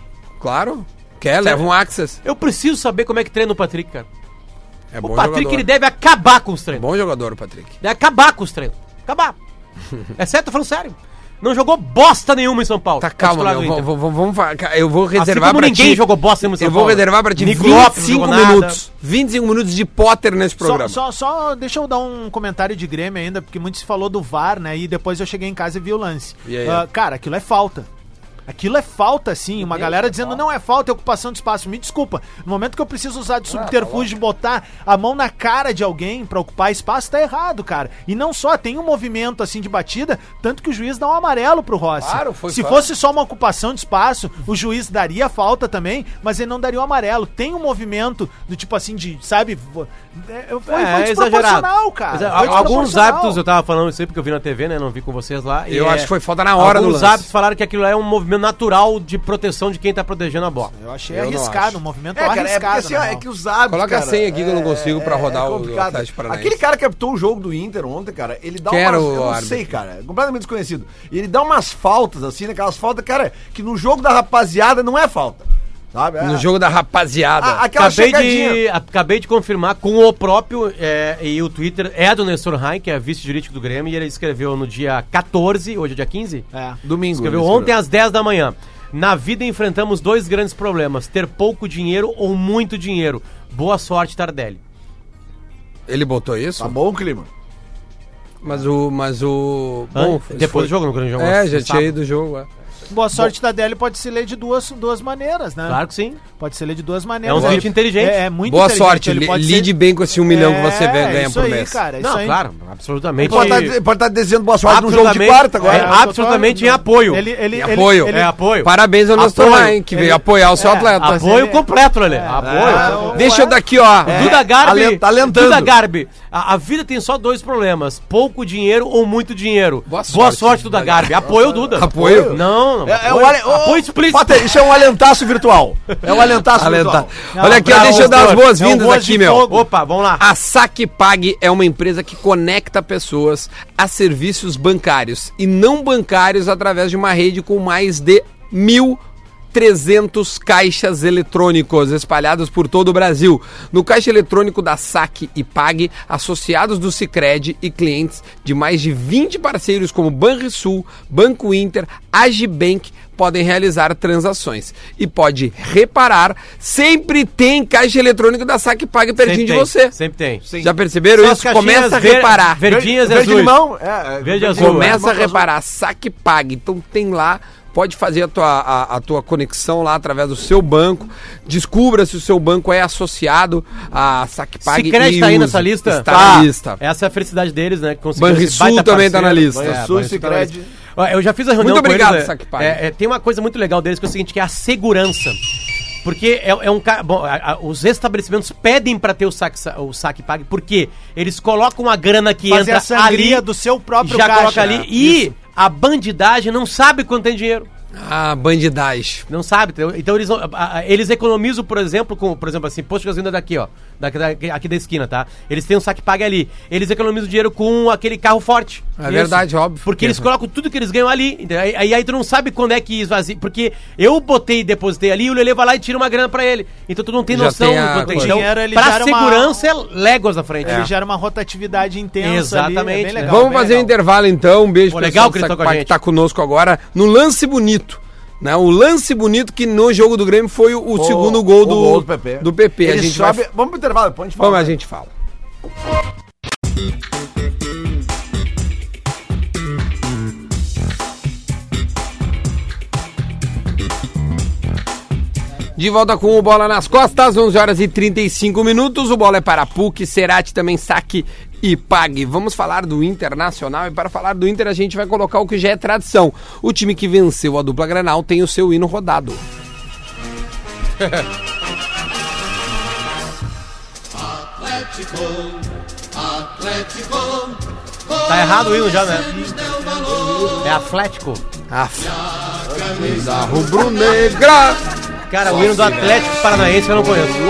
Speaker 1: Claro. Quer, leva um Access.
Speaker 4: Eu preciso saber como é que treina o Patrick, cara.
Speaker 1: É
Speaker 4: O
Speaker 1: bom
Speaker 4: Patrick,
Speaker 1: jogador.
Speaker 4: ele deve acabar com os
Speaker 1: É
Speaker 4: treinos.
Speaker 1: bom jogador, o Patrick.
Speaker 4: Deve acabar com os treinos. Acabar. É sério, tô falando sério. Não jogou bosta nenhuma em São Paulo.
Speaker 1: Tá,
Speaker 4: É
Speaker 1: calma,
Speaker 4: titular do
Speaker 1: meu.
Speaker 4: Inter.
Speaker 1: Vamos, vamos, vamos fa- ca- eu vou
Speaker 4: Assim
Speaker 1: reservar
Speaker 4: como
Speaker 1: pra
Speaker 4: ninguém
Speaker 1: ti.
Speaker 4: jogou bosta nenhuma em São
Speaker 1: Eu vou
Speaker 4: Paulo.
Speaker 1: reservar pra ti
Speaker 4: Nico
Speaker 1: vinte
Speaker 4: Lopes
Speaker 1: e
Speaker 4: não
Speaker 1: cinco
Speaker 4: jogou nada.
Speaker 1: minutos. vinte e cinco minutos de Potter nesse
Speaker 3: Só,
Speaker 1: programa.
Speaker 3: só, só deixa eu dar um comentário de Grêmio ainda, porque muito se falou do V A R, né? E depois eu cheguei em casa e vi o lance.
Speaker 1: E aí?
Speaker 3: Ah, cara, aquilo é falta. Aquilo é falta, sim. Uma galera dizendo não é falta, é ocupação de espaço. Me desculpa. No momento que eu preciso usar de subterfúgio de botar a mão na cara de alguém pra ocupar espaço, tá errado, cara. E não só, tem um movimento assim de batida, tanto que o juiz dá um amarelo pro Rossi.
Speaker 1: Claro, foi
Speaker 3: Se
Speaker 1: falta.
Speaker 3: fosse só uma ocupação de espaço, o juiz daria falta também, mas ele não daria o amarelo. Tem um movimento do tipo assim de, sabe? É, Foi,
Speaker 4: É,
Speaker 3: foi desproporcional, cara.
Speaker 4: Exa-
Speaker 3: Foi
Speaker 4: Alguns
Speaker 3: desproporcional.
Speaker 4: hábitos, eu tava falando isso aí porque eu vi na T V, né? Não vi com vocês lá. e
Speaker 1: Eu
Speaker 4: é-
Speaker 1: acho que foi falta na hora do
Speaker 4: Alguns
Speaker 1: lance.
Speaker 4: hábitos falaram que aquilo é um movimento natural de proteção de quem tá protegendo a bola.
Speaker 3: Eu achei
Speaker 1: Eu não
Speaker 3: arriscado,
Speaker 1: acho.
Speaker 3: um movimento
Speaker 2: É, cara, é
Speaker 3: arriscado.
Speaker 2: porque assim, ó,
Speaker 3: na
Speaker 2: é
Speaker 3: real.
Speaker 2: que os hábitos,
Speaker 1: Coloca a
Speaker 2: cara,
Speaker 1: senha aqui que eu não
Speaker 2: é-
Speaker 1: consigo pra
Speaker 2: é-
Speaker 1: rodar
Speaker 2: é
Speaker 1: o
Speaker 2: complicado.
Speaker 1: Atlético Paranaense.
Speaker 2: Aquele cara que captou o jogo do Inter ontem, cara, ele dá
Speaker 1: Quem era
Speaker 2: umas...
Speaker 1: o
Speaker 2: Eu não
Speaker 1: árbitro?
Speaker 2: sei, cara, é completamente desconhecido. E ele dá umas faltas, assim, né, aquelas faltas, cara, que no jogo da rapaziada não é falta, sabe? É-
Speaker 1: No jogo da rapaziada.
Speaker 2: Ah, aquela
Speaker 4: Acabei
Speaker 2: chegadinha.
Speaker 4: de, acabei de confirmar com o próprio, é, e o Twitter é do Nestor Rain, que é vice-jurídico do Grêmio, e ele escreveu no dia quatorze, hoje é dia quinze?
Speaker 3: É.
Speaker 2: Domingo.
Speaker 4: Escreveu
Speaker 2: ele
Speaker 4: ontem às dez da manhã. Na vida enfrentamos dois grandes problemas, ter pouco dinheiro ou muito dinheiro. Boa sorte, Tardelli.
Speaker 1: Ele botou isso?
Speaker 2: Tá bom o clima.
Speaker 1: Mas o. Mas o. Bom,
Speaker 4: Hã? Depois
Speaker 1: foi-
Speaker 4: do jogo, no grande jogo.
Speaker 1: É,
Speaker 4: no
Speaker 1: já tinha
Speaker 4: sábado.
Speaker 1: ido do jogo, é.
Speaker 3: Boa sorte da Deli pode se ler de duas, duas maneiras, né?
Speaker 4: Claro que sim.
Speaker 3: Pode ser ler de duas maneiras.
Speaker 4: É um
Speaker 3: Ele-
Speaker 4: tweet inteligente.
Speaker 3: É, é muito
Speaker 1: Boa
Speaker 3: inteligente,
Speaker 1: sorte,
Speaker 3: ele
Speaker 1: li-
Speaker 3: pode
Speaker 1: lide
Speaker 3: ser-
Speaker 1: bem com esse um milhão que você
Speaker 3: É,
Speaker 1: vê- ganha
Speaker 3: isso
Speaker 1: por
Speaker 3: aí,
Speaker 1: mês.
Speaker 3: cara, isso
Speaker 4: Não,
Speaker 3: aí.
Speaker 4: claro, absolutamente.
Speaker 2: Pode estar pode tá desejando boa sorte no jogo de
Speaker 4: Absolutamente.
Speaker 2: quarta agora.
Speaker 4: É,
Speaker 3: eu tô-
Speaker 4: absolutamente em apoio.
Speaker 3: Ele, ele,
Speaker 1: Em
Speaker 3: ele-
Speaker 1: apoio.
Speaker 3: ele-
Speaker 4: É apoio.
Speaker 1: Parabéns ao Nestor
Speaker 4: Apoio.
Speaker 1: Rain, que veio
Speaker 3: Ele-
Speaker 1: apoiar o seu
Speaker 3: é,
Speaker 1: atleta.
Speaker 3: mas
Speaker 4: Apoio
Speaker 3: ele-
Speaker 4: completo, Lelê.
Speaker 3: É,
Speaker 4: Apoio.
Speaker 1: Deixa eu daqui, ó.
Speaker 4: Duda Garbi,
Speaker 2: alen- tá alentando.
Speaker 4: Duda Garbi, a, a vida tem só dois problemas: pouco dinheiro ou muito dinheiro.
Speaker 1: Boa sorte,
Speaker 4: sorte Duda Garbi. Apoio o Duda.
Speaker 1: Apoio?
Speaker 4: Não, não.
Speaker 2: É, é
Speaker 4: apoio,
Speaker 2: o ale- ô,
Speaker 4: apoio
Speaker 2: ô,
Speaker 4: explícito.
Speaker 2: Potter, isso é um alentaço virtual. É um alentaço
Speaker 1: Alentar.
Speaker 2: virtual.
Speaker 1: Olha aqui, ó,
Speaker 4: Bravo,
Speaker 1: deixa eu dar as
Speaker 4: Nestor.
Speaker 1: boas-vindas
Speaker 3: É um voz
Speaker 1: aqui,
Speaker 3: de
Speaker 1: meu.
Speaker 3: fogo.
Speaker 4: Opa, vamos lá.
Speaker 1: A SaquePag é uma empresa que conecta pessoas a serviços bancários e não bancários através de uma rede com mais de mil trezentos caixas eletrônicos espalhados por todo o Brasil. No caixa eletrônico da Saque e Pag, associados do Sicredi e clientes de mais de vinte parceiros como Banrisul, Banco Inter, Agibank podem realizar transações. E pode reparar, sempre tem caixa eletrônico da Saque e Pag pertinho
Speaker 4: Sempre
Speaker 1: de
Speaker 4: tem,
Speaker 1: você.
Speaker 4: Sempre tem.
Speaker 1: Já perceberam
Speaker 4: São as
Speaker 1: isso?
Speaker 4: caixinhas
Speaker 1: Começa a
Speaker 4: ver-
Speaker 1: reparar.
Speaker 4: Verdinhas e
Speaker 2: Verde
Speaker 4: azuis.
Speaker 2: limão. É, é,
Speaker 4: Verde e azul,
Speaker 1: Começa a
Speaker 2: limão,
Speaker 1: reparar, Saque Pague. Então tem lá pode fazer a tua, a, a tua conexão lá através do seu banco, descubra se o seu banco é associado a SacPag.
Speaker 4: Sicredi tá aí nessa lista?
Speaker 1: Está
Speaker 4: Tá.
Speaker 1: na lista.
Speaker 4: Essa é a felicidade deles, né? que
Speaker 1: Banrisul também tá na lista.
Speaker 2: Banrisul,
Speaker 4: Banrisul tá na
Speaker 2: Sicredi.
Speaker 4: lista. Ó, Eu já fiz a reunião
Speaker 1: Muito
Speaker 4: com
Speaker 1: obrigado,
Speaker 4: eles, é,
Speaker 1: SacPag.
Speaker 4: é, é, tem uma coisa muito legal deles que é o seguinte, que é a segurança. Porque é, é um ca- bom, a- a- os estabelecimentos pedem pra ter o, saque, o SacPag, porque eles colocam a grana que
Speaker 3: Fazer
Speaker 4: entra
Speaker 3: a sangria
Speaker 4: ali,
Speaker 3: do seu próprio
Speaker 4: já
Speaker 3: caixa.
Speaker 4: coloca ali, e a bandidagem não sabe quanto tem dinheiro.
Speaker 1: Ah, bandidagem.
Speaker 4: Não sabe, entendeu? Então eles, a- a- eles economizam, por exemplo, com, por exemplo, assim, posto de gasolina daqui, ó, daqui, daqui, aqui da esquina, tá? Eles têm um SacPag ali. Eles economizam dinheiro com aquele carro forte.
Speaker 1: É
Speaker 4: Isso.
Speaker 1: verdade, óbvio.
Speaker 4: Porque eles colocam tudo que eles ganham ali. Entendeu? Aí, aí, aí tu não sabe quando é que esvazia. Porque eu botei e depositei ali, o Lelê vai lá e tira uma grana pra ele. Então tu não tem
Speaker 1: Já
Speaker 4: noção
Speaker 1: tem a-
Speaker 4: do quanto tem.
Speaker 3: o
Speaker 4: Então,
Speaker 3: dinheiro, ele
Speaker 4: pra
Speaker 3: gera uma-
Speaker 4: segurança é léguas na frente.
Speaker 3: Ele gera uma rotatividade intensa.
Speaker 4: Exatamente,
Speaker 3: ali, é bem
Speaker 4: né?
Speaker 3: legal,
Speaker 1: Vamos
Speaker 3: bem
Speaker 1: fazer um
Speaker 3: legal.
Speaker 1: intervalo então. Um beijo
Speaker 4: Pô,
Speaker 1: pro
Speaker 4: legal
Speaker 1: pessoal
Speaker 4: que
Speaker 1: do
Speaker 4: eles estão com a
Speaker 1: SacPag
Speaker 4: gente.
Speaker 1: que tá conosco agora no lance bonito. Né? O lance bonito que no jogo do Grêmio foi o, o
Speaker 2: O-
Speaker 1: segundo gol
Speaker 2: o
Speaker 1: do,
Speaker 2: gol do P P.
Speaker 1: do P P. A
Speaker 2: Ele
Speaker 1: gente
Speaker 2: sobe...
Speaker 1: vai...
Speaker 2: Vamos pro intervalo, depois a gente fala.
Speaker 1: Vamos, a gente fala. De volta com o Bola nas Costas, onze horas e trinta e cinco minutos. O Bola é para P U C, Cerati também, Saque e Pague. Vamos falar do Internacional, e para falar do Inter a gente vai colocar o que já é tradição. O time que venceu a dupla Grenal tem o seu hino rodado.
Speaker 4: Tá errado o hino já, né? É Atlético.
Speaker 1: Ah, da rubro-negra,
Speaker 4: Cara, o hino do Atlético Paranaense eu não conheço.
Speaker 1: o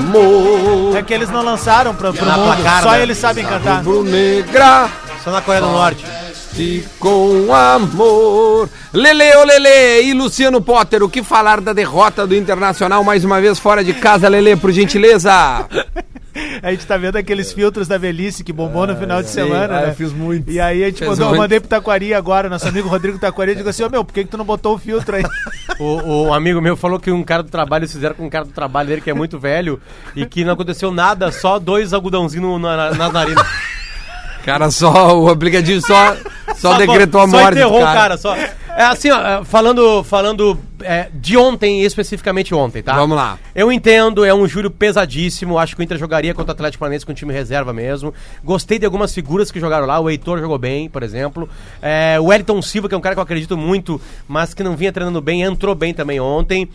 Speaker 1: amor.
Speaker 3: É que eles não lançaram pro, pro
Speaker 4: Na
Speaker 3: mundo,
Speaker 4: placar,
Speaker 3: só
Speaker 4: né?
Speaker 3: eles sabem cantar.
Speaker 1: Rubro-negra,
Speaker 4: Só na Coreia do Norte.
Speaker 1: e com amor. Lele, ô Lele e Luciano Potter, o que falar da derrota do Internacional mais uma vez fora de casa, Lele, por gentileza?
Speaker 3: A gente tá vendo aqueles filtros da velhice que bombou no final de semana,
Speaker 2: Ah,
Speaker 3: né?
Speaker 2: eu fiz muito.
Speaker 3: E aí a gente
Speaker 1: Fez
Speaker 3: mandou, eu
Speaker 1: muito.
Speaker 3: mandei pro Taquari agora, nosso amigo Rodrigo Taquari, eu digo assim, ô meu, por que que tu não botou o filtro aí?
Speaker 4: O, o amigo meu falou que um cara do trabalho, eles fizeram com um cara do trabalho dele que é muito velho e que não aconteceu nada, só dois algodãozinhos no- na, na, nas narinas.
Speaker 1: Cara, só o aplicativo só, só, decretou a
Speaker 4: só
Speaker 1: morte
Speaker 4: enterrou
Speaker 1: do
Speaker 4: o cara, só. É assim, ó, é, falando, falando é, de ontem, especificamente ontem, tá?
Speaker 1: Vamos lá.
Speaker 4: Eu entendo, é um júri pesadíssimo, acho que o Inter jogaria contra o Atlético Paranaense com time reserva mesmo. Gostei de algumas figuras que jogaram lá, o Heitor jogou bem, por exemplo. É, o Wellington Silva, que é um cara que eu acredito muito, mas que não vinha treinando bem, entrou bem também ontem.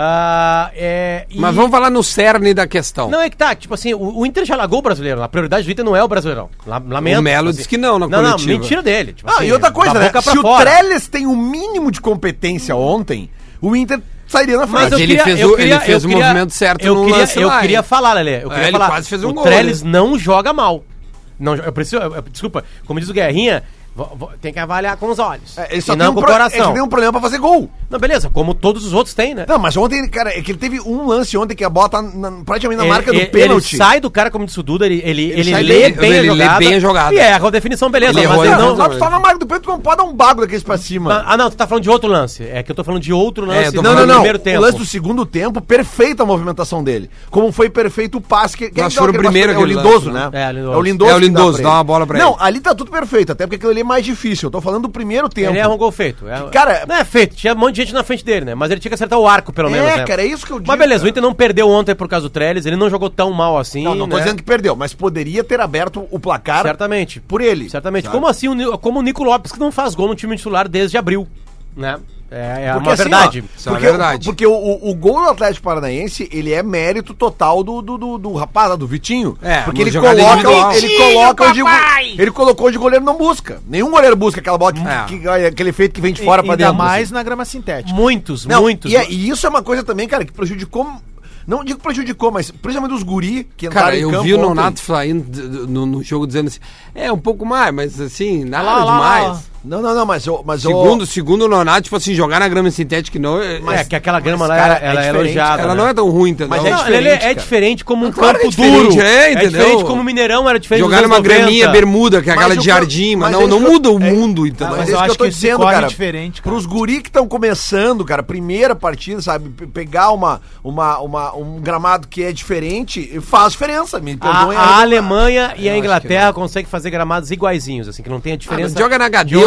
Speaker 4: Ah, é, e-
Speaker 1: Mas vamos falar no cerne da questão.
Speaker 4: Não, é que tá, tipo assim, o, o Inter já largou o Brasileiro, a prioridade do Inter não é o Brasileirão. La- Lamento.
Speaker 1: O Melo
Speaker 4: assim.
Speaker 1: disse que não na
Speaker 4: Não, não,
Speaker 1: coletiva.
Speaker 4: mentira dele. Tipo
Speaker 2: Ah,
Speaker 4: assim,
Speaker 2: e outra coisa,
Speaker 4: da
Speaker 2: né?
Speaker 4: boca pra
Speaker 2: Se o
Speaker 4: fora.
Speaker 2: Trellis tem o mínimo de competência ontem, o Inter sairia na frente.
Speaker 1: Mas ele fez o- ele fez o movimento certo
Speaker 4: eu
Speaker 1: no
Speaker 4: queria,
Speaker 1: lance
Speaker 4: eu
Speaker 1: lá,
Speaker 4: queria
Speaker 1: hein?
Speaker 4: falar, Lelê. Eu
Speaker 1: É,
Speaker 4: queria
Speaker 1: ele
Speaker 4: falar.
Speaker 1: quase fez um
Speaker 4: o
Speaker 1: gol,
Speaker 4: Trellis
Speaker 1: né?
Speaker 4: não joga mal. Não, eu preciso, eu- eu- desculpa, como diz o Guerrinha, vo- vo- tem que avaliar com os olhos.
Speaker 2: É, ele só
Speaker 4: e
Speaker 2: tem
Speaker 4: não
Speaker 2: um
Speaker 4: com o
Speaker 2: pro-
Speaker 4: coração.
Speaker 2: Ele tem um problema pra fazer gol.
Speaker 4: Não, beleza, como todos os outros têm, né?
Speaker 2: Não, mas ontem, cara, é que ele teve um lance ontem que a bola tá na- praticamente na
Speaker 4: Ele-
Speaker 2: marca
Speaker 4: ele,
Speaker 2: do pênalti.
Speaker 4: Ele sai do cara, como disse o Duda, ele, ele, ele,
Speaker 2: sai
Speaker 4: lê
Speaker 2: bem,
Speaker 4: bem,
Speaker 1: ele
Speaker 4: a
Speaker 1: lê
Speaker 4: jogada.
Speaker 1: bem a jogada.
Speaker 4: E é, a definição, beleza,
Speaker 1: Ele
Speaker 4: mas
Speaker 1: errou,
Speaker 4: ele
Speaker 1: ele
Speaker 4: não...
Speaker 1: errou.
Speaker 2: Não, tu tá na marca do pênalti, tu não pode dar um bago daqueles pra cima.
Speaker 4: Ah, não, tu tá falando de outro lance. É que eu tô falando de outro lance
Speaker 1: É, tô
Speaker 4: do
Speaker 2: Não, não, não.
Speaker 4: primeiro tempo.
Speaker 2: O lance do segundo tempo, perfeita a movimentação dele. Como foi perfeito o passe. Que, quem
Speaker 1: Nós
Speaker 2: dá
Speaker 1: foi o
Speaker 2: aquele
Speaker 1: primeiro
Speaker 2: passe? É o
Speaker 1: aquele
Speaker 2: Lindoso,
Speaker 1: lance,
Speaker 2: né?
Speaker 4: né? É, Lindoso.
Speaker 2: É o Lindoso.
Speaker 1: É o
Speaker 2: que
Speaker 1: Lindoso,
Speaker 2: pra
Speaker 1: dá
Speaker 2: ele.
Speaker 1: uma bola pra
Speaker 2: Não,
Speaker 1: ele.
Speaker 2: ali tá tudo perfeito, até porque aquilo ali é mais difícil. Eu tô falando do primeiro tempo.
Speaker 4: Ele erra um gol feito. É,
Speaker 2: Cara-
Speaker 4: não é feito, tinha um monte de gente na frente dele, né? Mas ele tinha que acertar o arco, pelo menos,
Speaker 2: É,
Speaker 4: né?
Speaker 2: cara, é isso que eu digo.
Speaker 4: Mas beleza,
Speaker 2: cara.
Speaker 4: o Inter não perdeu ontem por causa do Trellis, ele não jogou tão mal assim.
Speaker 2: Não, não tô
Speaker 4: né?
Speaker 2: dizendo que perdeu, mas poderia ter aberto o placar
Speaker 4: Certamente.
Speaker 2: por ele.
Speaker 4: Certamente.
Speaker 2: Sabe?
Speaker 4: Como assim, o, Ni- como o Nico Lopes, que não faz gol no time titular desde abril, né? É, é
Speaker 2: Porque
Speaker 4: uma
Speaker 2: assim,
Speaker 4: verdade.
Speaker 2: ó,
Speaker 1: Isso é uma
Speaker 2: porque,
Speaker 1: verdade.
Speaker 2: Porque o, o, o gol do Atlético Paranaense, ele é mérito total do, do, do, do rapaz lá, do Vitinho.
Speaker 1: É,
Speaker 2: porque
Speaker 1: uma
Speaker 2: ele
Speaker 1: jogada
Speaker 2: coloca,
Speaker 1: individual.
Speaker 2: ele coloca onde o, ele colocou onde o goleiro não busca. Nenhum goleiro busca aquela bola, que,
Speaker 1: É.
Speaker 2: que- aquele efeito que vem de fora pra
Speaker 3: Ainda
Speaker 2: dentro.
Speaker 3: mais
Speaker 2: assim.
Speaker 3: na grama sintética.
Speaker 4: Muitos,
Speaker 2: Não,
Speaker 4: muitos.
Speaker 2: E, é- e isso é uma coisa também, cara, que prejudicou... Não digo prejudicou, mas principalmente os guri que entraram
Speaker 1: Cara,
Speaker 2: em
Speaker 1: eu
Speaker 2: campo
Speaker 1: vi o
Speaker 2: ontem.
Speaker 1: Nonato saindo d- d- no, no jogo dizendo assim, é um pouco mais, mas assim, nada
Speaker 3: Lá, lá,
Speaker 1: demais.
Speaker 3: lá.
Speaker 2: Não, não, não, mas... eu- mas eu-
Speaker 1: Segundo, segundo o Nonato, tipo assim, jogar na grama sintética não é,
Speaker 4: É, que aquela grama
Speaker 2: mas,
Speaker 4: lá,
Speaker 2: cara,
Speaker 4: ela, ela
Speaker 2: é
Speaker 4: é
Speaker 2: diferente,
Speaker 4: elogiada.
Speaker 1: ela
Speaker 4: né?
Speaker 1: não é tão ruim, entendeu?
Speaker 2: Mas é
Speaker 4: Não,
Speaker 2: diferente,
Speaker 4: ele é, é
Speaker 2: cara.
Speaker 4: diferente como um
Speaker 1: Claro,
Speaker 4: campo
Speaker 1: é diferente,
Speaker 4: duro.
Speaker 1: é, entendeu?
Speaker 4: diferente como o Mineirão era diferente
Speaker 1: Jogar
Speaker 4: dos
Speaker 1: numa
Speaker 4: anos
Speaker 1: graminha
Speaker 4: noventa.
Speaker 1: bermuda, que é
Speaker 2: Mas
Speaker 1: aquela
Speaker 2: o
Speaker 1: de
Speaker 2: que eu-
Speaker 1: jardim, mas,
Speaker 2: mas
Speaker 1: não,
Speaker 2: é
Speaker 1: não
Speaker 2: isso que eu-
Speaker 1: muda o
Speaker 2: é-
Speaker 1: mundo,
Speaker 2: Ah,
Speaker 1: entendeu?
Speaker 2: mas
Speaker 3: Mas
Speaker 2: é
Speaker 3: eu
Speaker 2: isso que
Speaker 3: acho
Speaker 2: eu tô
Speaker 3: que esse
Speaker 2: dizendo,
Speaker 3: corre
Speaker 2: cara.
Speaker 3: diferente, cara.
Speaker 2: Pros guri que estão começando, cara, primeira partida, sabe? Pe- Pegar uma, uma, uma, um gramado que é diferente faz diferença. Me
Speaker 4: A,
Speaker 2: perdoem
Speaker 4: a
Speaker 2: aí.
Speaker 4: Alemanha e
Speaker 1: Eu
Speaker 4: a
Speaker 1: acho
Speaker 4: Inglaterra conseguem fazer gramados iguaizinhos, assim, que não tem a diferença.
Speaker 1: Ah, joga na H D
Speaker 4: de onde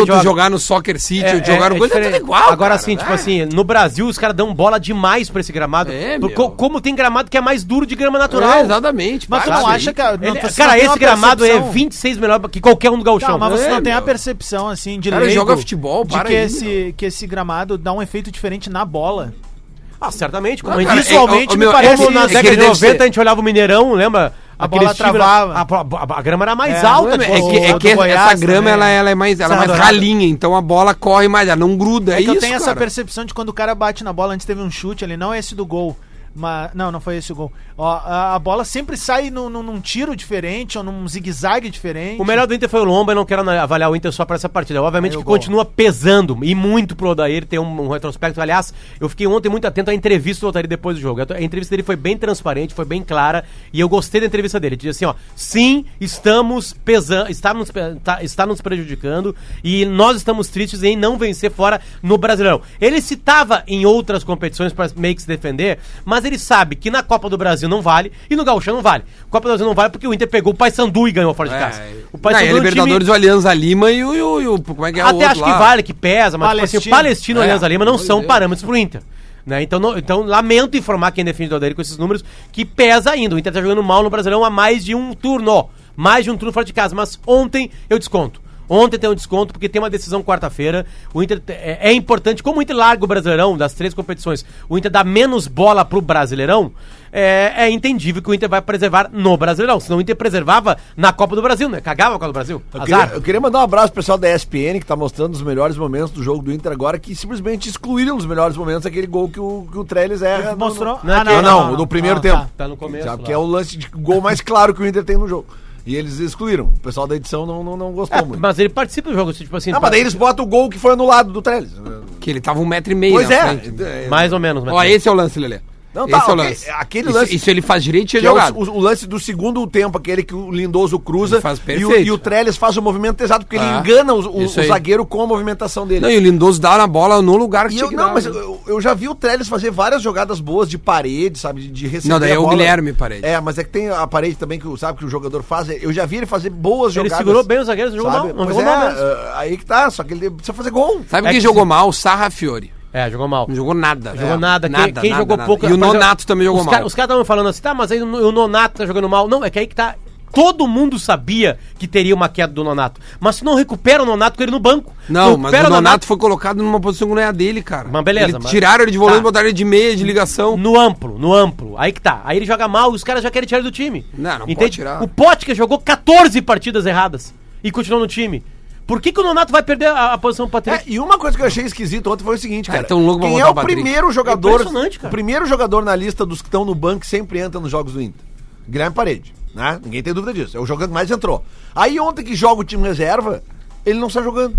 Speaker 1: ou tu
Speaker 4: joga.
Speaker 1: jogar no Soccer City,
Speaker 4: É,
Speaker 1: ou jogar no
Speaker 4: é, é
Speaker 1: coisa, é tudo
Speaker 4: diferente.
Speaker 1: igual.
Speaker 4: Agora,
Speaker 1: cara,
Speaker 4: assim,
Speaker 1: né?
Speaker 4: tipo assim, no Brasil os caras dão bola demais pra esse gramado.
Speaker 1: É,
Speaker 4: Por-
Speaker 1: meu.
Speaker 4: co- como tem gramado que é mais duro de grama natural.
Speaker 1: É, exatamente.
Speaker 3: Mas tu
Speaker 1: para
Speaker 3: não
Speaker 1: isso
Speaker 3: acha
Speaker 1: aí.
Speaker 3: que... a-
Speaker 4: Ele-
Speaker 3: não, você
Speaker 4: cara,
Speaker 3: não tem
Speaker 4: esse
Speaker 3: uma
Speaker 4: gramado
Speaker 3: percepção-
Speaker 4: é vinte e seis melhor que qualquer um do Gauchão.
Speaker 3: Tá, mas você
Speaker 1: É,
Speaker 3: não tem a
Speaker 1: meu.
Speaker 3: percepção, assim, de
Speaker 1: Cara,
Speaker 3: leigo,
Speaker 1: joga futebol,
Speaker 3: de
Speaker 1: para
Speaker 3: que
Speaker 1: aí,
Speaker 3: esse, que esse gramado dá um efeito diferente na bola.
Speaker 4: Ah, certamente. Como
Speaker 1: Ah,
Speaker 4: a gente
Speaker 1: cara,
Speaker 4: disse,
Speaker 1: é-
Speaker 3: Visualmente,
Speaker 1: ó, ó,
Speaker 3: me
Speaker 1: meu,
Speaker 3: parece
Speaker 1: é-
Speaker 4: como na
Speaker 1: é que
Speaker 4: década
Speaker 1: ele
Speaker 4: de
Speaker 1: deve
Speaker 4: noventa
Speaker 1: ser-
Speaker 4: a gente olhava o Mineirão, lembra?
Speaker 3: A
Speaker 4: Aqueles
Speaker 3: bola
Speaker 4: times-
Speaker 3: travava.
Speaker 4: A, a- a grama era mais
Speaker 3: É,
Speaker 4: alta.
Speaker 1: Não,
Speaker 4: tipo,
Speaker 1: é que, é
Speaker 3: o
Speaker 1: que
Speaker 3: do Goiás
Speaker 1: essa grama
Speaker 3: também.
Speaker 1: ela, ela é mais, ela é mais
Speaker 3: Serra Dourada.
Speaker 1: ralinha, então a bola corre mais, ela não gruda. É,
Speaker 3: É que
Speaker 1: isso,
Speaker 3: eu tenho essa
Speaker 1: cara.
Speaker 3: percepção de quando o cara bate na bola, antes teve um chute ali, não esse do gol. Mas, não, não foi esse o gol. Ó, a, a bola sempre sai num, num, num tiro diferente ou num zigue-zague diferente.
Speaker 4: O melhor do Inter foi o Lomba, eu não quero ana- avaliar o Inter só pra essa partida. Obviamente
Speaker 3: Aí
Speaker 4: que
Speaker 3: o gol.
Speaker 4: continua pesando, e muito pro Odair ter um, um retrospecto. Aliás, eu fiquei ontem muito atento à entrevista do Odair depois do jogo. A, a entrevista dele foi bem transparente, foi bem clara, e eu gostei da entrevista dele. Ele disse assim, ó, sim, estamos pesando, está nos, pe- tá- está nos prejudicando, e nós estamos tristes em não vencer fora no Brasileirão. Ele citava em outras competições pra meio que se defender, mas ele sabe que na Copa do Brasil não vale, e no Gauchão não vale. Copa do Brasil não vale porque o Inter pegou o Paysandu e ganhou fora de casa.
Speaker 1: É,
Speaker 4: O
Speaker 1: não,
Speaker 4: Paysandu
Speaker 1: é
Speaker 4: é um time-
Speaker 1: Libertadores, o Alianza Lima e o, e o, e o- como é que é o
Speaker 4: até
Speaker 1: outro
Speaker 4: acho
Speaker 1: lá?
Speaker 4: que vale, que pesa, mas tipo assim, o
Speaker 3: Palestino.
Speaker 4: Palestino e o
Speaker 1: É,
Speaker 4: Alianza Lima não
Speaker 1: pelo
Speaker 4: são
Speaker 1: amor de Deus.
Speaker 4: parâmetros pro Inter. Né? Então, não- então, lamento informar quem defende o Odair com esses números, que pesa ainda. O Inter tá jogando mal no Brasileirão há mais de um turno. Mais de um turno fora de casa. Mas ontem eu desconto. Ontem tem um desconto, porque tem uma decisão quarta-feira. O Inter te- é, é importante, como o Inter larga o Brasileirão das três competições, o Inter dá menos bola pro Brasileirão. É, é entendível que o Inter vai preservar no Brasileirão. Senão o Inter preservava na Copa do Brasil, né? Cagava a Copa do Brasil.
Speaker 2: Eu
Speaker 4: Azar.
Speaker 2: queria, eu queria mandar um abraço pro pessoal da E S P N, que tá mostrando os melhores momentos do jogo do Inter agora, que simplesmente excluíram os melhores momentos aquele gol que o, que o Trellis erra. no-
Speaker 3: Mostrou?
Speaker 2: no-
Speaker 3: Ah,
Speaker 2: não, não, o do primeiro
Speaker 3: Ah,
Speaker 2: tempo.
Speaker 3: tá.
Speaker 4: Tá no começo.
Speaker 2: Sabe,
Speaker 4: lá.
Speaker 2: que é o lance de gol mais claro que o Inter tem no jogo. E eles excluíram. O pessoal da edição não, não, não gostou
Speaker 4: É,
Speaker 2: muito.
Speaker 4: mas ele participa do jogo, tipo assim.
Speaker 2: Não, mas daí eles botam o gol que foi anulado do Trellis.
Speaker 1: Que ele tava um metro e meio
Speaker 2: Pois
Speaker 1: na
Speaker 2: é.
Speaker 1: frente.
Speaker 2: é.
Speaker 4: Mais ou menos.
Speaker 1: Ó, esse é o lance, Lelê.
Speaker 2: Não,
Speaker 1: Esse
Speaker 2: tá,
Speaker 1: é o
Speaker 2: ok.
Speaker 1: lance.
Speaker 2: Aquele
Speaker 1: Isso,
Speaker 2: lance-
Speaker 1: isso ele faz direito, tinha
Speaker 2: Que é o,
Speaker 1: jogado.
Speaker 2: o- o lance do segundo tempo, aquele que o Lindoso cruza
Speaker 1: Ele faz
Speaker 2: e, o,
Speaker 1: perfeito.
Speaker 2: e o Trellis faz o movimento exato, porque ele
Speaker 1: Ah,
Speaker 2: engana o, o-
Speaker 1: isso
Speaker 2: o
Speaker 1: aí.
Speaker 2: zagueiro com a movimentação dele.
Speaker 1: Não, e o Lindoso dá na bola no lugar que
Speaker 2: E
Speaker 1: tinha
Speaker 2: eu,
Speaker 1: que
Speaker 2: não,
Speaker 1: dar,
Speaker 2: mas
Speaker 1: né?
Speaker 2: eu, eu já vi o Trellis fazer várias jogadas boas de parede, sabe? De, de receber
Speaker 1: Não, daí
Speaker 2: a
Speaker 1: é o
Speaker 2: bola.
Speaker 1: Guilherme Parede.
Speaker 2: É, mas é que tem a parede também que o- sabe que o jogador faz. Eu já vi ele fazer boas
Speaker 4: Ele
Speaker 2: jogadas.
Speaker 4: segurou bem os zagueiros, não jogou
Speaker 2: sabe?
Speaker 4: mal. Não
Speaker 2: Pois
Speaker 4: jogou
Speaker 2: é,
Speaker 4: mal mesmo.
Speaker 2: ah, aí que tá, só que ele precisa fazer gol.
Speaker 1: Sabe
Speaker 4: É
Speaker 1: quem
Speaker 4: que
Speaker 1: jogou
Speaker 4: se-
Speaker 1: mal? O Sarra Fiore.
Speaker 4: É, jogou mal.
Speaker 1: Não jogou nada.
Speaker 4: Jogou
Speaker 1: É.
Speaker 4: nada. Quem,
Speaker 1: Nada,
Speaker 4: quem
Speaker 1: nada,
Speaker 4: jogou
Speaker 1: nada.
Speaker 4: pouco.
Speaker 1: E o
Speaker 4: por exemplo,
Speaker 1: Nonato também jogou
Speaker 4: os
Speaker 1: mal.
Speaker 4: ca- os caras estavam falando assim, tá, mas aí o Nonato tá jogando mal. Não, é que aí que tá. Todo mundo sabia que teria uma queda do Nonato. Mas tu não recupera o Nonato com ele no banco.
Speaker 1: Não,
Speaker 4: Tu
Speaker 1: mas
Speaker 4: recupera
Speaker 1: o Nonato foi colocado numa posição que não é a dele, cara.
Speaker 4: Mas beleza,
Speaker 1: Ele
Speaker 4: mas-
Speaker 1: tiraram ele de volante
Speaker 4: Tá.
Speaker 1: e botaram ele de meia, de ligação.
Speaker 4: no amplo, no amplo. Aí que tá. Aí ele joga mal e os caras já querem tirar ele do time.
Speaker 1: Não, não pode tirar.
Speaker 4: O Potker jogou catorze partidas erradas e continuou no time. Por que, que o Nonato vai perder a, a posição do Patrick?
Speaker 2: É, e uma coisa que eu achei esquisito ontem foi o seguinte,
Speaker 1: Ah,
Speaker 2: cara.
Speaker 1: tão louco pra
Speaker 2: Quem
Speaker 1: botar
Speaker 2: é
Speaker 1: o
Speaker 2: o
Speaker 1: Patrick.
Speaker 2: primeiro jogador,
Speaker 4: Impressionante, cara.
Speaker 2: o primeiro jogador na lista dos que estão no banco que sempre entra nos jogos do Inter? Guilherme Parede, né? Ninguém tem dúvida disso. É o jogador que mais entrou. Aí ontem que joga o time reserva, ele não está jogando.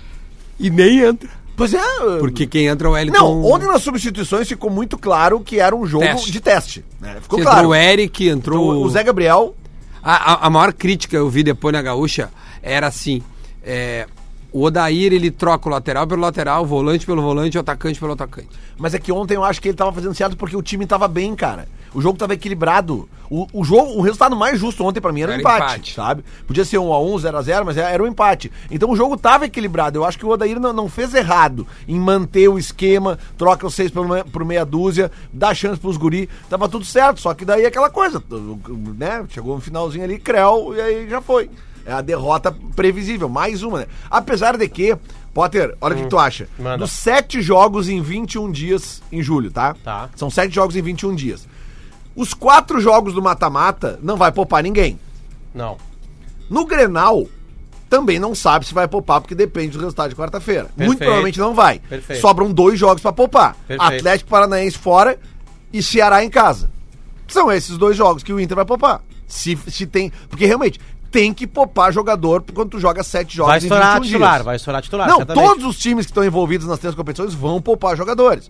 Speaker 1: E nem entra.
Speaker 2: Pois é.
Speaker 1: Porque quem entra é o Wellington.
Speaker 2: Não, ontem nas substituições ficou muito claro que era um jogo
Speaker 1: Teste.
Speaker 2: de teste. Né? Ficou
Speaker 1: Entrou
Speaker 2: claro.
Speaker 1: o Eric, entrou
Speaker 2: Entrou o Zé Gabriel.
Speaker 1: A, a, a maior crítica eu vi depois na Gaúcha era assim: é, o Odair ele troca o lateral pelo lateral, o volante pelo volante, o atacante pelo atacante.
Speaker 2: Mas é que ontem eu acho que ele tava fazendo certo porque o time tava bem, cara. O jogo tava equilibrado. O, o jogo, o resultado mais justo ontem pra mim era o
Speaker 1: Era
Speaker 2: empate,
Speaker 1: empate.
Speaker 2: sabe? Podia ser um a um, zero a zero, mas era o empate. Então o jogo tava equilibrado. Eu acho que o Odair não, não fez errado em manter o esquema, troca os seis por, meia- por meia dúzia, dá chance pros guri. Tava tudo certo, só que daí aquela coisa, né? Chegou no finalzinho ali, Creu, e aí já foi. É a derrota previsível, mais uma, né? Apesar de que, Potter, olha o que tu acha.
Speaker 4: manda.
Speaker 2: Dos sete jogos em vinte e um dias em julho, tá?
Speaker 4: Tá.
Speaker 2: São sete jogos em vinte e um dias. Os quatro jogos do mata-mata não vai poupar ninguém.
Speaker 4: Não.
Speaker 2: No Grenal, também não sabe se vai poupar, porque depende do resultado de quarta-feira. Muito provavelmente não vai.
Speaker 4: Perfeito.
Speaker 2: Sobram dois jogos pra poupar.
Speaker 4: Perfeito.
Speaker 2: Atlético Paranaense fora e Ceará em casa. São esses dois jogos que o Inter vai poupar. Se, se tem... Porque realmente, tem que poupar jogador quando tu joga sete jogos
Speaker 4: Vai
Speaker 2: em
Speaker 4: estourar
Speaker 2: vinte e um
Speaker 4: titular,
Speaker 2: dias.
Speaker 4: vai estourar titular.
Speaker 2: Não,
Speaker 4: certamente.
Speaker 2: todos os times que estão envolvidos nas três competições vão poupar jogadores.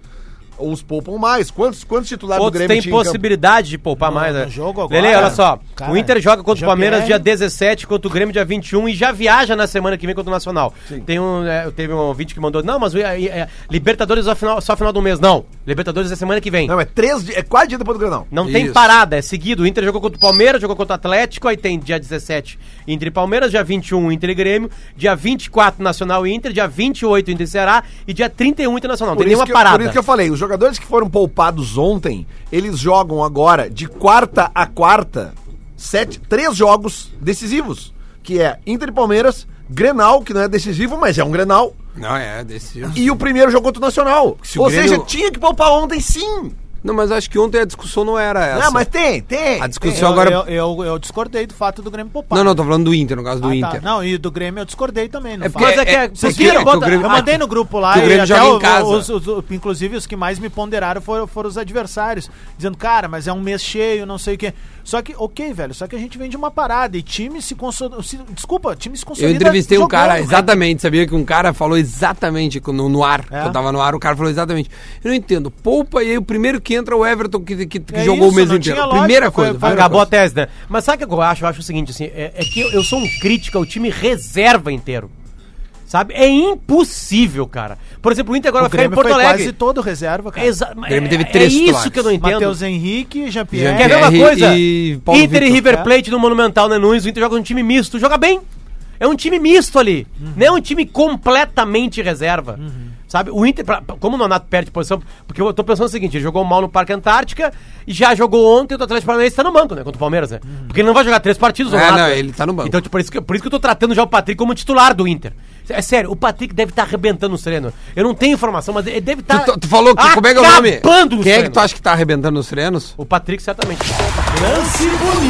Speaker 2: Uns poupam mais. Quantos, quantos titulares
Speaker 4: Outros
Speaker 2: do Grêmio
Speaker 4: tem
Speaker 2: tinha em
Speaker 4: possibilidade de poupar
Speaker 3: No-
Speaker 4: mais,
Speaker 3: no
Speaker 4: né?
Speaker 3: jogo agora,
Speaker 4: Lele, olha só.
Speaker 3: cara,
Speaker 4: o Inter joga contra o Palmeiras
Speaker 3: Jean
Speaker 4: dia
Speaker 3: Pierre.
Speaker 4: dezessete, contra o Grêmio dia vinte e um e já viaja na semana que vem contra o Nacional. Tem um, é, teve um ouvinte que mandou, não, mas é, é, Libertadores só final, só final do mês. Não, Libertadores é semana que vem.
Speaker 2: Não, é três dias, é quatro dias depois do Grenal.
Speaker 4: Não tem
Speaker 1: Isso.
Speaker 4: parada, é seguido. O Inter jogou contra o Palmeiras, jogou contra o Atlético, aí tem dia dezessete Inter e Palmeiras, dia vinte e um Inter e Grêmio, dia vinte e quatro Nacional e Inter, dia vinte e oito Inter e Ceará e dia trinta e um Internacional. Não
Speaker 2: Por
Speaker 4: tem
Speaker 2: isso,
Speaker 4: nenhuma
Speaker 2: que, eu-
Speaker 4: parada.
Speaker 2: por isso que eu falei, os jogadores que foram poupados ontem, eles jogam agora de quarta a quarta, sete, três jogos decisivos, que é Inter e Palmeiras, Grenal, que não é decisivo, mas é um Grenal,
Speaker 1: Não, é, desse.
Speaker 2: e o primeiro jogo contra o Nacional.
Speaker 1: Se o
Speaker 2: Ou
Speaker 1: Grêmio-
Speaker 2: seja, tinha que poupar ontem sim.
Speaker 1: Não, mas acho que ontem a discussão não era essa.
Speaker 2: Não, mas tem, tem.
Speaker 1: A discussão
Speaker 2: tem.
Speaker 3: Eu,
Speaker 1: agora.
Speaker 3: eu, eu, eu discordei do fato do Grêmio poupar.
Speaker 1: Não, não, tô falando do Inter, no caso do
Speaker 3: Ah, tá.
Speaker 1: Inter.
Speaker 3: Não, e do Grêmio eu discordei também. Não
Speaker 1: É
Speaker 3: fala.
Speaker 1: porque-
Speaker 4: Mas é que
Speaker 1: é-
Speaker 4: é,
Speaker 1: porque-
Speaker 4: seguiram,
Speaker 1: porque
Speaker 4: bota-
Speaker 1: o Grêmio-
Speaker 3: Eu mandei no grupo lá
Speaker 1: que o Grêmio
Speaker 3: e
Speaker 1: joga
Speaker 3: até
Speaker 1: em
Speaker 3: o-
Speaker 1: casa.
Speaker 3: Os, os- os- inclusive os que mais me ponderaram foram, foram os adversários, dizendo, cara, mas é um mês cheio, não sei o quê. Só que, ok, velho, só que a gente vem de uma parada e time se consolida. Se, desculpa, time se consolida.
Speaker 1: Eu entrevistei um
Speaker 3: jogando,
Speaker 1: cara,
Speaker 3: cara.
Speaker 1: exatamente, sabia que um cara falou exatamente no, no ar,
Speaker 3: É.
Speaker 1: eu tava no ar, o cara falou exatamente, eu não entendo, poupa e aí o primeiro que entra é o Everton que, que, que
Speaker 3: É
Speaker 1: jogou
Speaker 3: isso,
Speaker 1: o mês
Speaker 3: não
Speaker 1: inteiro.
Speaker 3: tinha lógica,
Speaker 1: Primeira
Speaker 3: foi-
Speaker 1: coisa.
Speaker 3: foi-
Speaker 1: primeira
Speaker 4: Acabou a
Speaker 1: coisa.
Speaker 4: tese, né? Mas sabe o que eu acho? Eu acho o seguinte, assim, é, é que eu, eu sou um crítico ao time reserva inteiro. Sabe? É impossível, cara. Por exemplo, o Inter agora
Speaker 3: O
Speaker 4: vai ficar em
Speaker 3: Grêmio
Speaker 4: Porto
Speaker 3: foi
Speaker 4: Alegre.
Speaker 3: quase todo reserva, cara.
Speaker 4: Exa-
Speaker 1: Grêmio teve
Speaker 4: é-
Speaker 1: três
Speaker 4: É isso
Speaker 1: titulares.
Speaker 4: que eu não entendo.
Speaker 3: Matheus Henrique, Jean-Pierre.
Speaker 4: Quer ver uma
Speaker 1: Pierre
Speaker 4: coisa?
Speaker 1: e Paulo
Speaker 4: Inter e
Speaker 1: Vitor.
Speaker 4: River
Speaker 3: É.
Speaker 4: Plate no Monumental, né, Nunes? O Inter joga um time misto. Joga bem. É um time misto ali. Não é um time completamente reserva. Sabe? O Inter, pra- pra- como o Nonato perde posição, porque eu tô pensando o seguinte, ele jogou mal no Parque Antártica e já jogou ontem, o Atlético Paranaense tá no banco, né? Contra o Palmeiras, né? Porque ele não vai jogar três partidos, o
Speaker 1: É,
Speaker 4: Nonato,
Speaker 1: não,
Speaker 4: né?
Speaker 1: ele tá no banco.
Speaker 4: Então, tipo, por isso, que, por isso que eu tô tratando já o Patrick como titular do Inter. É sério, o Patrick deve estar arrebentando nos treinos. Eu não tenho informação, mas ele deve estar.
Speaker 1: Tu, tu falou que, como é que é o nome?
Speaker 4: Acabando nos
Speaker 1: Quem é que
Speaker 4: treinos.
Speaker 1: tu acha que tá arrebentando nos treinos?
Speaker 4: O Patrick, certamente.
Speaker 3: Lance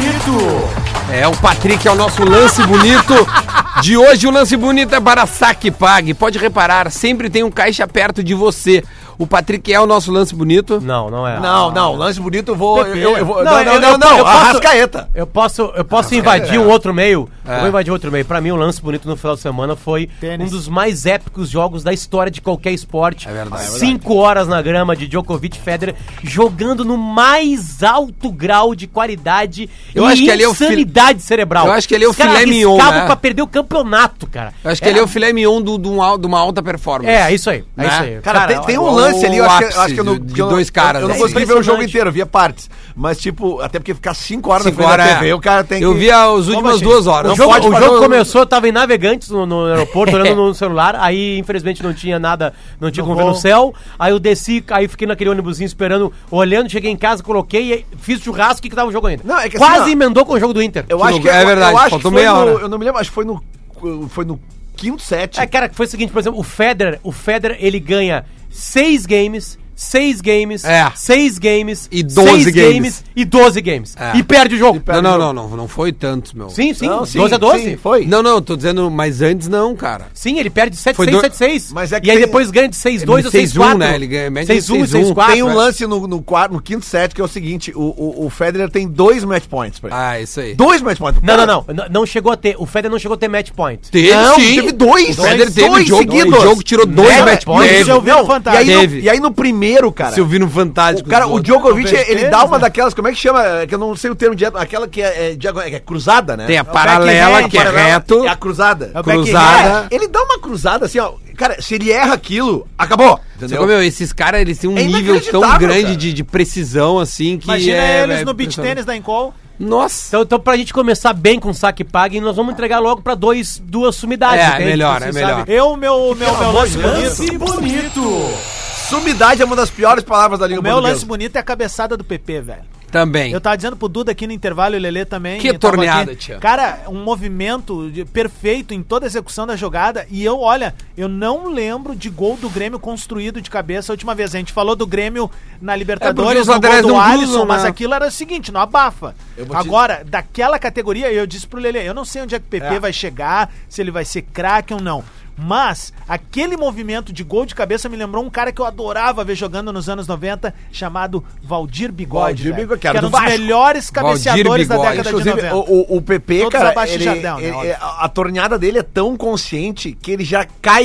Speaker 3: bonito.
Speaker 1: É, o Patrick é o nosso lance bonito de hoje. O lance bonito é para Saque Pague. Pode reparar, sempre tem um caixa perto de você. O Patrick é o nosso lance bonito.
Speaker 4: Não, não é.
Speaker 2: Não, não, lance bonito eu vou. Eu, eu, eu vou
Speaker 4: Não,
Speaker 2: não, não,
Speaker 4: eu-
Speaker 2: não,
Speaker 4: eu-
Speaker 2: não,
Speaker 4: eu posso-
Speaker 2: Arrascaeta.
Speaker 4: Eu posso, eu posso invadir um outro meio.
Speaker 1: É.
Speaker 4: Eu vou invadir outro meio. Pra mim, o lance bonito no final de semana foi
Speaker 3: Tênis.
Speaker 4: um dos mais épicos jogos da história de qualquer esporte.
Speaker 1: É verdade.
Speaker 4: Cinco horas na grama de Djokovic e Federer jogando no mais alto grau de qualidade
Speaker 1: Eu
Speaker 4: e
Speaker 1: acho que ali é o fil-
Speaker 4: insanidade cerebral.
Speaker 1: Eu acho que ali é o
Speaker 4: Os caras
Speaker 1: filé mignon,
Speaker 4: arriscavam
Speaker 1: né?
Speaker 4: pra perder o campeonato, cara.
Speaker 1: Eu acho que ele é o filé mignon do, do, um al- de uma alta performance.
Speaker 4: É, isso aí. É
Speaker 1: Né?
Speaker 4: isso aí.
Speaker 2: Cara, tem, tem um
Speaker 1: o
Speaker 2: lance ali, eu acho que, eu acho que eu não,
Speaker 1: ápice
Speaker 2: que eu
Speaker 1: de
Speaker 2: não-
Speaker 1: dois caras,
Speaker 2: Eu não
Speaker 1: né?
Speaker 2: consegui ver o jogo
Speaker 4: Impressionante.
Speaker 2: inteiro, eu via partes. Mas, tipo, até porque ficar cinco horas
Speaker 1: Cinco
Speaker 2: na frente
Speaker 1: horas,
Speaker 2: da T V,
Speaker 1: é.
Speaker 2: o cara tem que.
Speaker 1: Eu vi as últimas
Speaker 2: assim?
Speaker 1: duas horas.
Speaker 4: O
Speaker 2: Não
Speaker 4: jogo,
Speaker 2: pode
Speaker 4: o
Speaker 2: fazer
Speaker 4: jogo
Speaker 2: o-
Speaker 4: começou, eu tava em Navegantes no, no aeroporto, olhando no celular, aí infelizmente não tinha nada, não tinha
Speaker 3: No
Speaker 4: como ver no
Speaker 3: voo.
Speaker 4: céu, aí eu desci, aí fiquei naquele ônibusinho esperando, olhando, cheguei em casa, coloquei, e aí fiz churrasco e que tava o jogo ainda.
Speaker 2: Não, é que assim,
Speaker 4: Quase
Speaker 2: ó,
Speaker 4: emendou com o jogo do Inter.
Speaker 2: Eu acho que
Speaker 1: É
Speaker 2: eu-
Speaker 1: verdade,
Speaker 2: eu acho
Speaker 1: faltou
Speaker 2: que foi
Speaker 1: meia
Speaker 2: no-
Speaker 1: hora.
Speaker 2: Eu não me lembro, acho que foi no. Foi no quinto set.
Speaker 4: É, cara, foi o seguinte, por exemplo, o Federer, o Federer, ele ganha seis games, seis games,
Speaker 1: É.
Speaker 4: seis games,
Speaker 1: E doze
Speaker 4: seis
Speaker 1: games.
Speaker 4: e doze games.
Speaker 1: É.
Speaker 4: E perde o jogo.
Speaker 1: Não, não, não, não, não foi tantos, meu.
Speaker 4: Sim, sim,
Speaker 2: Não, sim,
Speaker 4: doze a doze.
Speaker 2: sim, foi.
Speaker 1: Não, não, tô dizendo, mas antes não, cara.
Speaker 4: Sim, ele perde sete
Speaker 1: Foi
Speaker 4: seis,
Speaker 1: do-
Speaker 4: sete seis.
Speaker 2: Mas é que
Speaker 4: e aí
Speaker 2: tem-
Speaker 4: depois ganha de seis dois
Speaker 1: Ele
Speaker 4: ou seis
Speaker 1: seis um,
Speaker 4: quatro.
Speaker 1: né? Ele ganha média de
Speaker 4: seis um e
Speaker 1: seis um.
Speaker 4: seis quatro.
Speaker 2: Tem um
Speaker 4: né?
Speaker 2: lance no, no, quarto, no quinto set que é o seguinte: o, o, o Federer tem dois match points pra ele.
Speaker 1: Ah, isso aí.
Speaker 2: Dois match points.
Speaker 4: Não,
Speaker 2: Cara,
Speaker 4: não, não, não. Não chegou a ter. O Federer não chegou a ter match point.
Speaker 1: Teve,
Speaker 2: Não,
Speaker 1: sim.
Speaker 2: teve dois.
Speaker 1: O Federer
Speaker 2: Dois,
Speaker 1: teve
Speaker 2: dois
Speaker 1: o jogo,
Speaker 2: seguidos.
Speaker 1: o jogo tirou dois
Speaker 2: Não,
Speaker 1: match
Speaker 2: não,
Speaker 1: points.
Speaker 3: Isso eu vi no
Speaker 2: E aí,
Speaker 1: Teve.
Speaker 2: no, e aí no primeiro, cara.
Speaker 1: Se eu vi no Fantástico.
Speaker 2: O cara, o Djokovic,
Speaker 3: Talvez
Speaker 2: ele
Speaker 3: teve,
Speaker 2: dá uma
Speaker 3: né?
Speaker 2: daquelas, como é que chama? É que eu não sei o termo direto, aquela que é, é, diago- é cruzada, né?
Speaker 1: Tem a
Speaker 2: É o
Speaker 1: paralela,
Speaker 2: backhand,
Speaker 1: que é
Speaker 2: paralela,
Speaker 1: reto.
Speaker 2: É a cruzada.
Speaker 3: É o
Speaker 1: Cruzada.
Speaker 3: backhand.
Speaker 2: Ele dá uma cruzada assim, ó. Cara, se ele erra aquilo, acabou.
Speaker 1: Você
Speaker 2: Entendeu?
Speaker 1: meu, esses caras, eles têm um
Speaker 2: É
Speaker 1: nível tão
Speaker 2: inacreditável,
Speaker 1: grande
Speaker 2: cara.
Speaker 1: de, de precisão, assim, que
Speaker 3: Imagina
Speaker 1: é...
Speaker 3: eles
Speaker 1: é
Speaker 3: no beach
Speaker 1: impressionante.
Speaker 3: tênis da Encol.
Speaker 1: Nossa.
Speaker 4: Então, então, pra gente começar bem com o saque pague, nós vamos entregar logo pra dois, duas sumidades.
Speaker 1: É,
Speaker 4: entende?
Speaker 1: melhor,
Speaker 4: Você
Speaker 1: é
Speaker 4: sabe?
Speaker 1: melhor.
Speaker 3: Eu, meu, meu, meu lance bonito.
Speaker 2: bonito. Sumidade é uma das piores palavras da língua
Speaker 3: O meu
Speaker 2: portuguesa.
Speaker 3: lance bonito é a cabeçada do P P, velho.
Speaker 1: Também.
Speaker 3: Eu tava dizendo pro Duda aqui no intervalo e o Lelê também.
Speaker 1: Que
Speaker 3: eu tava
Speaker 1: torneada,
Speaker 3: aqui.
Speaker 1: tia.
Speaker 3: Cara, um movimento de- perfeito em toda a execução da jogada. E eu, olha, eu não lembro de gol do Grêmio construído de cabeça a última vez. A gente falou do Grêmio na
Speaker 1: É
Speaker 3: Libertadores,
Speaker 1: porque os
Speaker 3: no gol
Speaker 1: laterais
Speaker 3: do
Speaker 1: não
Speaker 3: Alisson,
Speaker 1: cruzam,
Speaker 3: mas
Speaker 1: né?
Speaker 3: aquilo era o seguinte, não abafa.
Speaker 2: Eu vou te-
Speaker 3: Agora, daquela categoria, eu disse pro Lelê, eu não sei onde é que o P P
Speaker 2: É.
Speaker 3: vai chegar, se ele vai ser craque ou não. Mas aquele movimento de gol de cabeça me lembrou um cara que eu adorava ver jogando nos anos noventa, chamado Valdir Bigode.
Speaker 2: Valdir
Speaker 3: velho,
Speaker 2: Bigode, que
Speaker 3: que
Speaker 2: era
Speaker 3: era
Speaker 2: do
Speaker 3: um dos
Speaker 2: Vasco.
Speaker 3: melhores cabeceadores da
Speaker 1: Bigode.
Speaker 3: década de
Speaker 2: Inclusive,
Speaker 3: noventa.
Speaker 2: o, o, o P P,
Speaker 3: Todos
Speaker 2: cara,
Speaker 3: abaixo de
Speaker 2: ele,
Speaker 3: Jardel, né,
Speaker 2: ele-
Speaker 3: óbvio.
Speaker 2: a, a torneada dele é tão consciente que ele já cai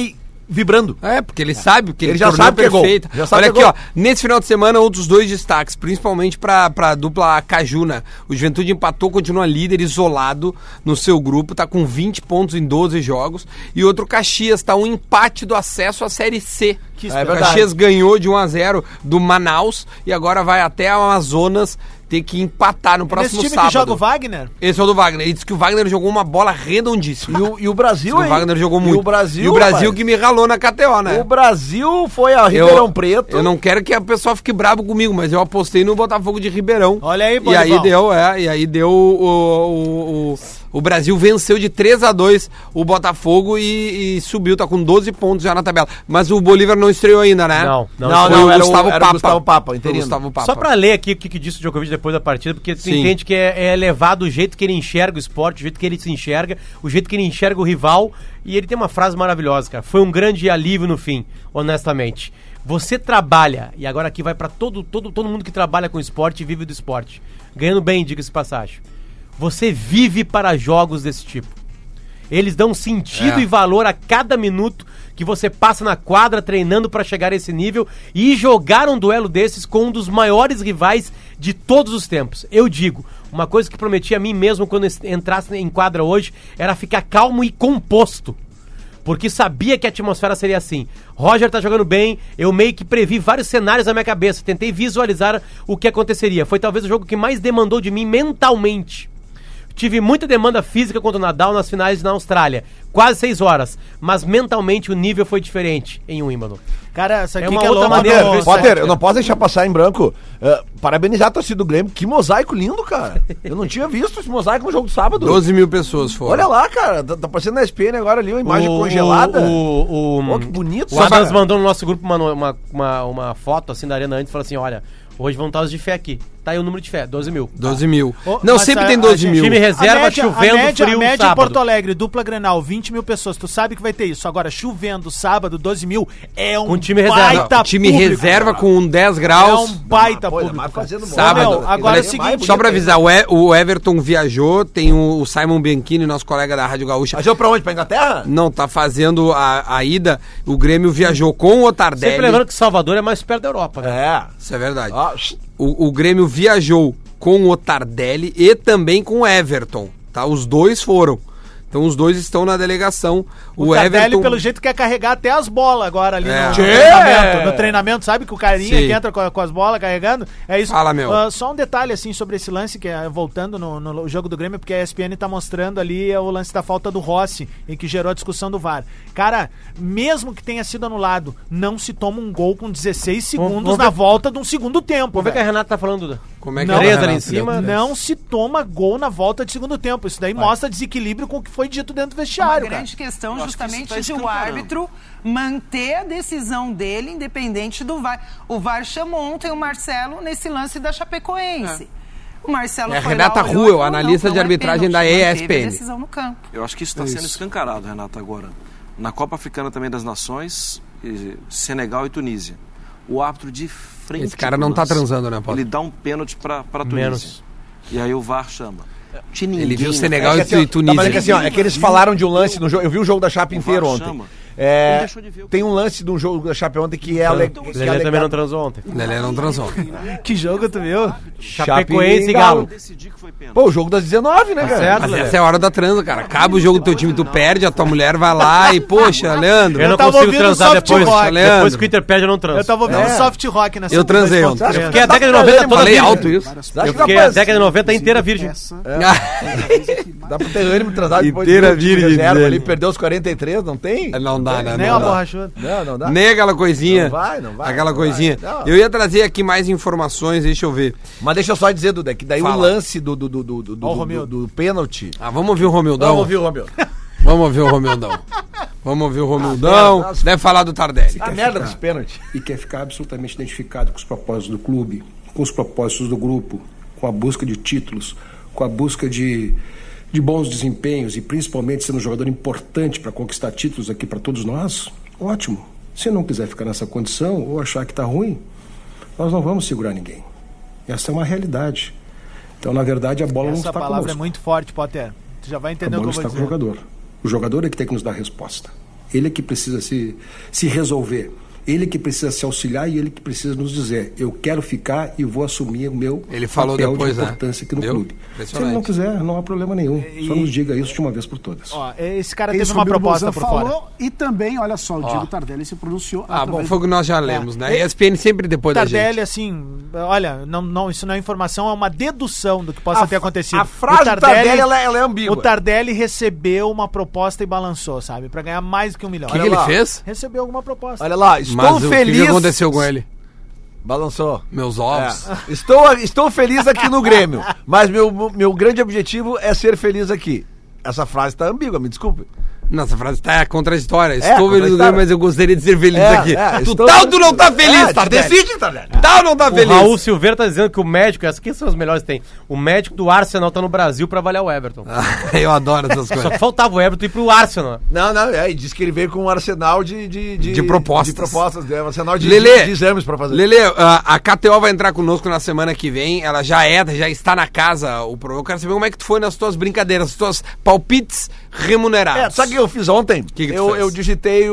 Speaker 2: vibrando.
Speaker 1: É, porque ele sabe, porque
Speaker 2: Ele
Speaker 1: ele,
Speaker 2: já
Speaker 1: tornou
Speaker 2: sabe que é gol.
Speaker 1: perfeita.
Speaker 2: Já sabe
Speaker 1: Olha
Speaker 2: que
Speaker 1: aqui,
Speaker 2: é
Speaker 1: ó,
Speaker 2: gol.
Speaker 1: nesse final de semana, outros dois destaques, principalmente pra, pra dupla Cajuna. O Juventude empatou, continua líder, isolado no seu grupo, tá com vinte pontos em doze jogos. E outro Caxias, tá um empate do acesso à Série C.
Speaker 3: Que
Speaker 1: o
Speaker 2: verdade.
Speaker 1: Caxias ganhou de um a zero do Manaus e agora vai até a Amazonas ter que empatar no próximo
Speaker 3: Nesse time
Speaker 1: sábado.
Speaker 3: que joga o Wagner?
Speaker 1: Esse é o do Wagner. Ele disse que o Wagner jogou uma bola redondíssima.
Speaker 2: E o, e o Brasil,
Speaker 1: Diz que
Speaker 2: hein?
Speaker 1: o Wagner jogou muito.
Speaker 2: E o Brasil,
Speaker 1: E o Brasil
Speaker 2: rapaz.
Speaker 1: que me ralou na K T O, né?
Speaker 2: O Brasil foi a Ribeirão Preto.
Speaker 1: Eu não quero que a pessoa fique bravo comigo, mas eu apostei no Botafogo de Ribeirão.
Speaker 3: Olha aí,
Speaker 1: E aí
Speaker 3: Bolivão.
Speaker 1: deu, é, e aí deu o, o, o, o Brasil venceu de três a dois o Botafogo e, e subiu, tá com doze pontos já na tabela. Mas o Bolívar não estreou ainda, né?
Speaker 4: Não, não,
Speaker 2: Não,
Speaker 1: Foi
Speaker 2: não,
Speaker 1: o
Speaker 2: era o-
Speaker 1: Gustavo
Speaker 2: era o
Speaker 1: Papa.
Speaker 2: Gustavo Papa,
Speaker 1: Foi o
Speaker 2: interino.
Speaker 1: Gustavo Papa.
Speaker 4: Só pra ler aqui o que, que disse o Djokovic depois da partida, porque tu
Speaker 1: Sim.
Speaker 4: entende que é, é elevado o jeito que ele enxerga o esporte, o jeito que ele se enxerga, o jeito que ele enxerga o rival. E ele tem uma frase maravilhosa, cara. Foi um grande alívio no fim, honestamente. Você trabalha, e agora aqui vai pra todo, todo, todo mundo que trabalha com esporte e vive do esporte. Ganhando bem, diga-se de passagem. Você vive para jogos desse tipo. Eles dão sentido
Speaker 1: É.
Speaker 4: e valor a cada minuto que você passa na quadra treinando para chegar a esse nível e jogar um duelo desses com um dos maiores rivais de todos os tempos. Eu digo, uma coisa que prometi a mim mesmo quando es- entrasse em quadra hoje era ficar calmo e composto. Porque sabia que a atmosfera seria assim. Roger tá jogando bem, eu meio que previ vários cenários na minha cabeça, tentei visualizar o que aconteceria. Foi talvez o jogo que mais demandou de mim mentalmente. Tive muita demanda física contra o Nadal nas finais na Austrália. Quase seis horas. Mas mentalmente o nível foi diferente em Wimbledon.
Speaker 3: Cara, essa
Speaker 4: É
Speaker 3: aqui
Speaker 4: uma
Speaker 3: que é
Speaker 4: outra
Speaker 3: louco.
Speaker 4: maneira
Speaker 3: no-
Speaker 4: de ver
Speaker 2: Potter, eu não posso deixar passar em branco. Uh, parabenizar a torcida do Grêmio. Que mosaico lindo, cara. Eu não tinha visto esse mosaico no jogo do sábado.
Speaker 1: doze mil pessoas foram.
Speaker 2: Olha lá, cara. Tá, tá parecendo na S P N agora ali, uma imagem
Speaker 4: O-
Speaker 2: congelada.
Speaker 4: O, o,
Speaker 2: Pô, que bonito.
Speaker 4: O Adams
Speaker 2: Só-
Speaker 4: mandou no nosso grupo uma, uma, uma, uma foto assim da arena antes e falou assim: olha, hoje vão estar os de fé aqui. Tá aí o número de fé, doze mil.
Speaker 1: doze mil.
Speaker 3: Ô,
Speaker 1: Não,
Speaker 3: mas
Speaker 1: sempre
Speaker 3: a-
Speaker 1: tem
Speaker 3: a
Speaker 1: doze
Speaker 3: gente-
Speaker 1: mil.
Speaker 4: Time reserva,
Speaker 3: a média,
Speaker 4: chovendo,
Speaker 3: a média,
Speaker 4: frio,
Speaker 3: a média em
Speaker 4: sábado.
Speaker 3: Porto Alegre, dupla Grenal, vinte mil pessoas. Tu sabe que vai ter isso. Agora, chovendo, sábado, doze mil, é um
Speaker 4: Com time reserva.
Speaker 3: baita
Speaker 1: Não, time
Speaker 3: público,
Speaker 1: reserva
Speaker 3: cara.
Speaker 1: com dez
Speaker 3: É
Speaker 1: graus.
Speaker 3: um baita
Speaker 2: Pô, ainda
Speaker 3: público.
Speaker 2: mais
Speaker 3: cara.
Speaker 2: fazendo
Speaker 1: Sábado.
Speaker 3: Não, agora
Speaker 1: Olha,
Speaker 3: é o seguinte,
Speaker 1: Só pra avisar, o, e, o Everton viajou, tem o, o Simon Bianchini, nosso colega da Rádio Gaúcha.
Speaker 2: Mas eu pra onde? Pra Inglaterra?
Speaker 1: Não, tá fazendo a, a ida. O Grêmio viajou com o Otardelli.
Speaker 4: Sempre lembrando que Salvador é mais perto da Europa, né?
Speaker 2: É.
Speaker 1: Isso é verdade.
Speaker 2: Ó,
Speaker 1: O, o Grêmio viajou com o Otardelli e também com o Everton, tá? Os dois foram. Então os dois estão na delegação.
Speaker 3: O,
Speaker 1: O,
Speaker 3: Tardelli,
Speaker 1: Everton...
Speaker 3: pelo jeito, quer carregar até as bolas agora ali
Speaker 1: É.
Speaker 3: no, no
Speaker 1: Tchê!
Speaker 3: treinamento. No treinamento, sabe que o carinha
Speaker 1: Sim.
Speaker 3: que entra com, a- com as bolas carregando? É isso.
Speaker 1: Fala, meu.
Speaker 3: Ah, só um detalhe, assim, sobre esse lance, que é, voltando no, no jogo do Grêmio, porque a E S P N tá mostrando ali é, o lance da falta do Rossi, em que gerou a discussão do V A R. Cara, mesmo que tenha sido anulado, não se toma um gol com dezesseis segundos
Speaker 4: vamos
Speaker 3: na
Speaker 4: ver-
Speaker 3: volta de um segundo tempo.
Speaker 4: Vamos ver o que a
Speaker 3: velho.
Speaker 4: Renata tá falando, Duda.
Speaker 1: Como é que
Speaker 3: Não,
Speaker 1: é,
Speaker 4: Três
Speaker 1: Renato?
Speaker 4: ali em cima.
Speaker 3: Não se toma gol na volta de segundo tempo. Isso daí mostra desequilíbrio com o que foi dito dentro do
Speaker 5: Uma
Speaker 3: vestiário, cara.
Speaker 5: grande questão
Speaker 6: Eu acho que isso
Speaker 5: justamente
Speaker 6: tá
Speaker 5: de o
Speaker 6: escancarando.
Speaker 5: árbitro manter a decisão dele independente do V A R. O V A R chamou ontem o Marcelo nesse lance da Chapecoense. O Marcelo
Speaker 1: É a
Speaker 5: foi
Speaker 1: Renata
Speaker 5: lá, olhou e
Speaker 1: Ruel,
Speaker 5: falou,
Speaker 1: analista
Speaker 5: não,
Speaker 1: de
Speaker 5: não é
Speaker 1: arbitragem
Speaker 5: pênalti,
Speaker 1: da
Speaker 5: manteve
Speaker 1: E S P N.
Speaker 5: a decisão no campo.
Speaker 6: Eu acho que isso está sendo escancarado, Renato, agora. Na Copa Africana também das Nações, eh, Senegal e Tunísia. O árbitro de frente.
Speaker 1: Esse cara
Speaker 6: pro
Speaker 1: não tá
Speaker 6: lance,
Speaker 1: transando, né, Paulo?
Speaker 6: Ele dá um pênalti pra, pra Tunísia.
Speaker 4: Menos.
Speaker 6: E aí o V A R chama. Tinha
Speaker 1: Ele
Speaker 6: ninguém
Speaker 1: viu o
Speaker 6: na
Speaker 1: Senegal
Speaker 6: frente.
Speaker 1: e
Speaker 2: É que,
Speaker 1: Tunísia.
Speaker 2: tá, mas é que assim, ó, é que eles falaram de um lance no jogo. Eu vi o jogo da Chape
Speaker 6: O
Speaker 2: inteiro
Speaker 6: V A R
Speaker 2: ontem.
Speaker 6: chama.
Speaker 2: É,
Speaker 6: Ele deixou de ver o-
Speaker 2: tem um lance de um jogo da Chape ontem que é ale- que é
Speaker 4: Lelê também
Speaker 2: alegado-
Speaker 4: não transou ontem.
Speaker 1: Lelé não transou.
Speaker 3: Que jogo tu viu?
Speaker 4: Chapecoense e
Speaker 2: Galo.
Speaker 4: Galo.
Speaker 6: Decidi que foi pênalti.
Speaker 2: Pô, o jogo das dezenove, né, cara?
Speaker 4: certo.
Speaker 1: Mas
Speaker 4: Lelé.
Speaker 1: essa é a hora da transa, cara. Acaba o jogo do teu time, tu perde, a tua mulher vai lá e, poxa, Leandro.
Speaker 4: Eu não
Speaker 3: tava
Speaker 4: consigo
Speaker 3: ouvindo
Speaker 4: transar
Speaker 3: soft
Speaker 4: depois.
Speaker 3: rock.
Speaker 1: Leandro.
Speaker 4: Depois que o Inter perde, eu não transo.
Speaker 3: Eu tava ouvindo
Speaker 2: É.
Speaker 3: soft rock nessa
Speaker 1: Eu transei ontem.
Speaker 2: Você acha
Speaker 4: Fiquei a
Speaker 2: tá
Speaker 4: década de noventa
Speaker 2: fazendo-
Speaker 4: toda
Speaker 1: Falei
Speaker 4: virgem.
Speaker 1: alto isso.
Speaker 2: Você acha
Speaker 4: Eu
Speaker 2: que
Speaker 4: fiquei
Speaker 2: dá
Speaker 4: a
Speaker 2: pra-
Speaker 4: década de noventa inteira virgem.
Speaker 2: Dá pra ter ânimo transar depois
Speaker 1: Inteira
Speaker 2: do time
Speaker 1: virgem
Speaker 2: reserva
Speaker 1: dele.
Speaker 2: ali, perdeu os quarenta e três, não tem?
Speaker 1: Não dá, né?
Speaker 3: Nem
Speaker 1: não
Speaker 3: uma
Speaker 1: dá.
Speaker 3: borrachuda.
Speaker 2: Não, não dá.
Speaker 1: Nem aquela coisinha.
Speaker 2: Não vai, não vai,
Speaker 1: Aquela
Speaker 2: não vai.
Speaker 1: coisinha.
Speaker 2: Não.
Speaker 1: Eu ia trazer aqui mais informações, deixa eu ver.
Speaker 2: Mas deixa eu só dizer, Duda, que daí
Speaker 1: Fala.
Speaker 2: o lance do, do, do, do, do,
Speaker 3: Ó o
Speaker 2: do,
Speaker 3: Romildo.
Speaker 2: do, do pênalti.
Speaker 1: Ah, vamos ouvir o Romildão.
Speaker 2: Vamos ouvir o Romildo.
Speaker 1: Vamos ouvir o Romildão. Vamos ouvir o Romildão.
Speaker 2: merda.
Speaker 1: Deve falar do Tardelli.
Speaker 2: A merda desse pênalti.
Speaker 7: E quer ficar absolutamente identificado com os propósitos do clube, com os propósitos do grupo, com a busca de títulos, com a busca de, de bons desempenhos e principalmente sendo um jogador importante para conquistar títulos aqui para todos nós, ótimo. Se não quiser ficar nessa condição ou achar que está ruim, nós não vamos segurar ninguém. Essa é uma realidade. Então, na verdade, a bola não
Speaker 3: Essa
Speaker 7: está
Speaker 3: palavra
Speaker 7: conosco.
Speaker 3: é muito forte, Potter. Tu já vai
Speaker 7: A
Speaker 3: entender o que
Speaker 7: bola
Speaker 3: eu vou
Speaker 7: está com o
Speaker 3: dizer.
Speaker 7: jogador. O jogador é que tem que nos dar a resposta. Ele é que precisa se, se resolver. Ele que precisa se auxiliar e ele que precisa nos dizer, eu quero ficar e vou assumir o meu
Speaker 1: ele falou
Speaker 7: papel
Speaker 1: depois,
Speaker 7: de importância
Speaker 1: né?
Speaker 7: aqui no
Speaker 1: Deu?
Speaker 7: clube. Se ele não quiser, não há problema nenhum.
Speaker 3: E...
Speaker 7: Só nos diga isso de uma vez por todas.
Speaker 3: Ó, esse cara
Speaker 8: Isso
Speaker 3: teve uma
Speaker 8: o Bill
Speaker 3: proposta
Speaker 8: Bozan
Speaker 3: por
Speaker 8: falou,
Speaker 3: fora.
Speaker 8: e também, olha só, o
Speaker 1: Ó.
Speaker 8: Diego Tardelli se pronunciou.
Speaker 1: Ah, bom,
Speaker 8: através
Speaker 1: foi o que nós já lemos, né? E S P N sempre depois da
Speaker 3: Tardelli,
Speaker 1: gente.
Speaker 3: assim, olha, não, não, isso não é informação, é uma dedução do que possa
Speaker 2: A
Speaker 3: ter
Speaker 2: f-
Speaker 3: acontecido.
Speaker 2: a frase
Speaker 3: O
Speaker 2: do Tardelli, ela, ela é ambígua.
Speaker 3: O Tardelli recebeu uma proposta e balançou, sabe? Pra ganhar mais do que um milhão.
Speaker 1: O que,
Speaker 2: Olha
Speaker 1: que ele
Speaker 2: lá.
Speaker 1: fez?
Speaker 3: Recebeu alguma proposta.
Speaker 2: Olha lá, estou
Speaker 1: Mas o
Speaker 2: feliz...
Speaker 1: que que aconteceu com ele?
Speaker 2: Balançou.
Speaker 1: Meus ovos.
Speaker 2: É. Estou, estou feliz aqui no Grêmio, mas meu, meu grande objetivo é ser feliz aqui. Essa frase está ambígua, me desculpe.
Speaker 1: Nossa, a frase tá contraditória.
Speaker 2: É,
Speaker 1: Estou feliz no
Speaker 2: contraditória.
Speaker 1: Grêmio, mas eu gostaria de ser feliz
Speaker 2: É,
Speaker 1: aqui.
Speaker 2: é,
Speaker 1: tu
Speaker 2: estou-
Speaker 1: tá ou tu não tá feliz,
Speaker 2: É,
Speaker 1: Tardelli?
Speaker 2: decide, Tardelli.
Speaker 1: Tá ou não tá
Speaker 4: O
Speaker 1: feliz?
Speaker 4: Raul Silveira tá dizendo que o médico, essas aqui são as melhores que tem. O médico do Arsenal tá no Brasil pra avaliar o Everton.
Speaker 1: Ah, eu adoro essas
Speaker 4: Só
Speaker 1: coisas.
Speaker 4: que faltava o Everton ir pro Arsenal.
Speaker 2: Não, não, é, e diz que ele veio com um arsenal de... De,
Speaker 1: De propostas.
Speaker 2: De propostas, né, um arsenal de,
Speaker 1: Lelê,
Speaker 2: de exames pra fazer.
Speaker 1: Lelê, a, a K T O vai entrar conosco na semana que vem. Ela já é, já está na casa. O programa. Eu quero saber como é que tu foi nas tuas brincadeiras, nas tuas palpites remunerados.
Speaker 2: É, sabe o que eu fiz ontem?
Speaker 1: Que que tu
Speaker 2: eu,
Speaker 1: fez?
Speaker 2: eu digitei o,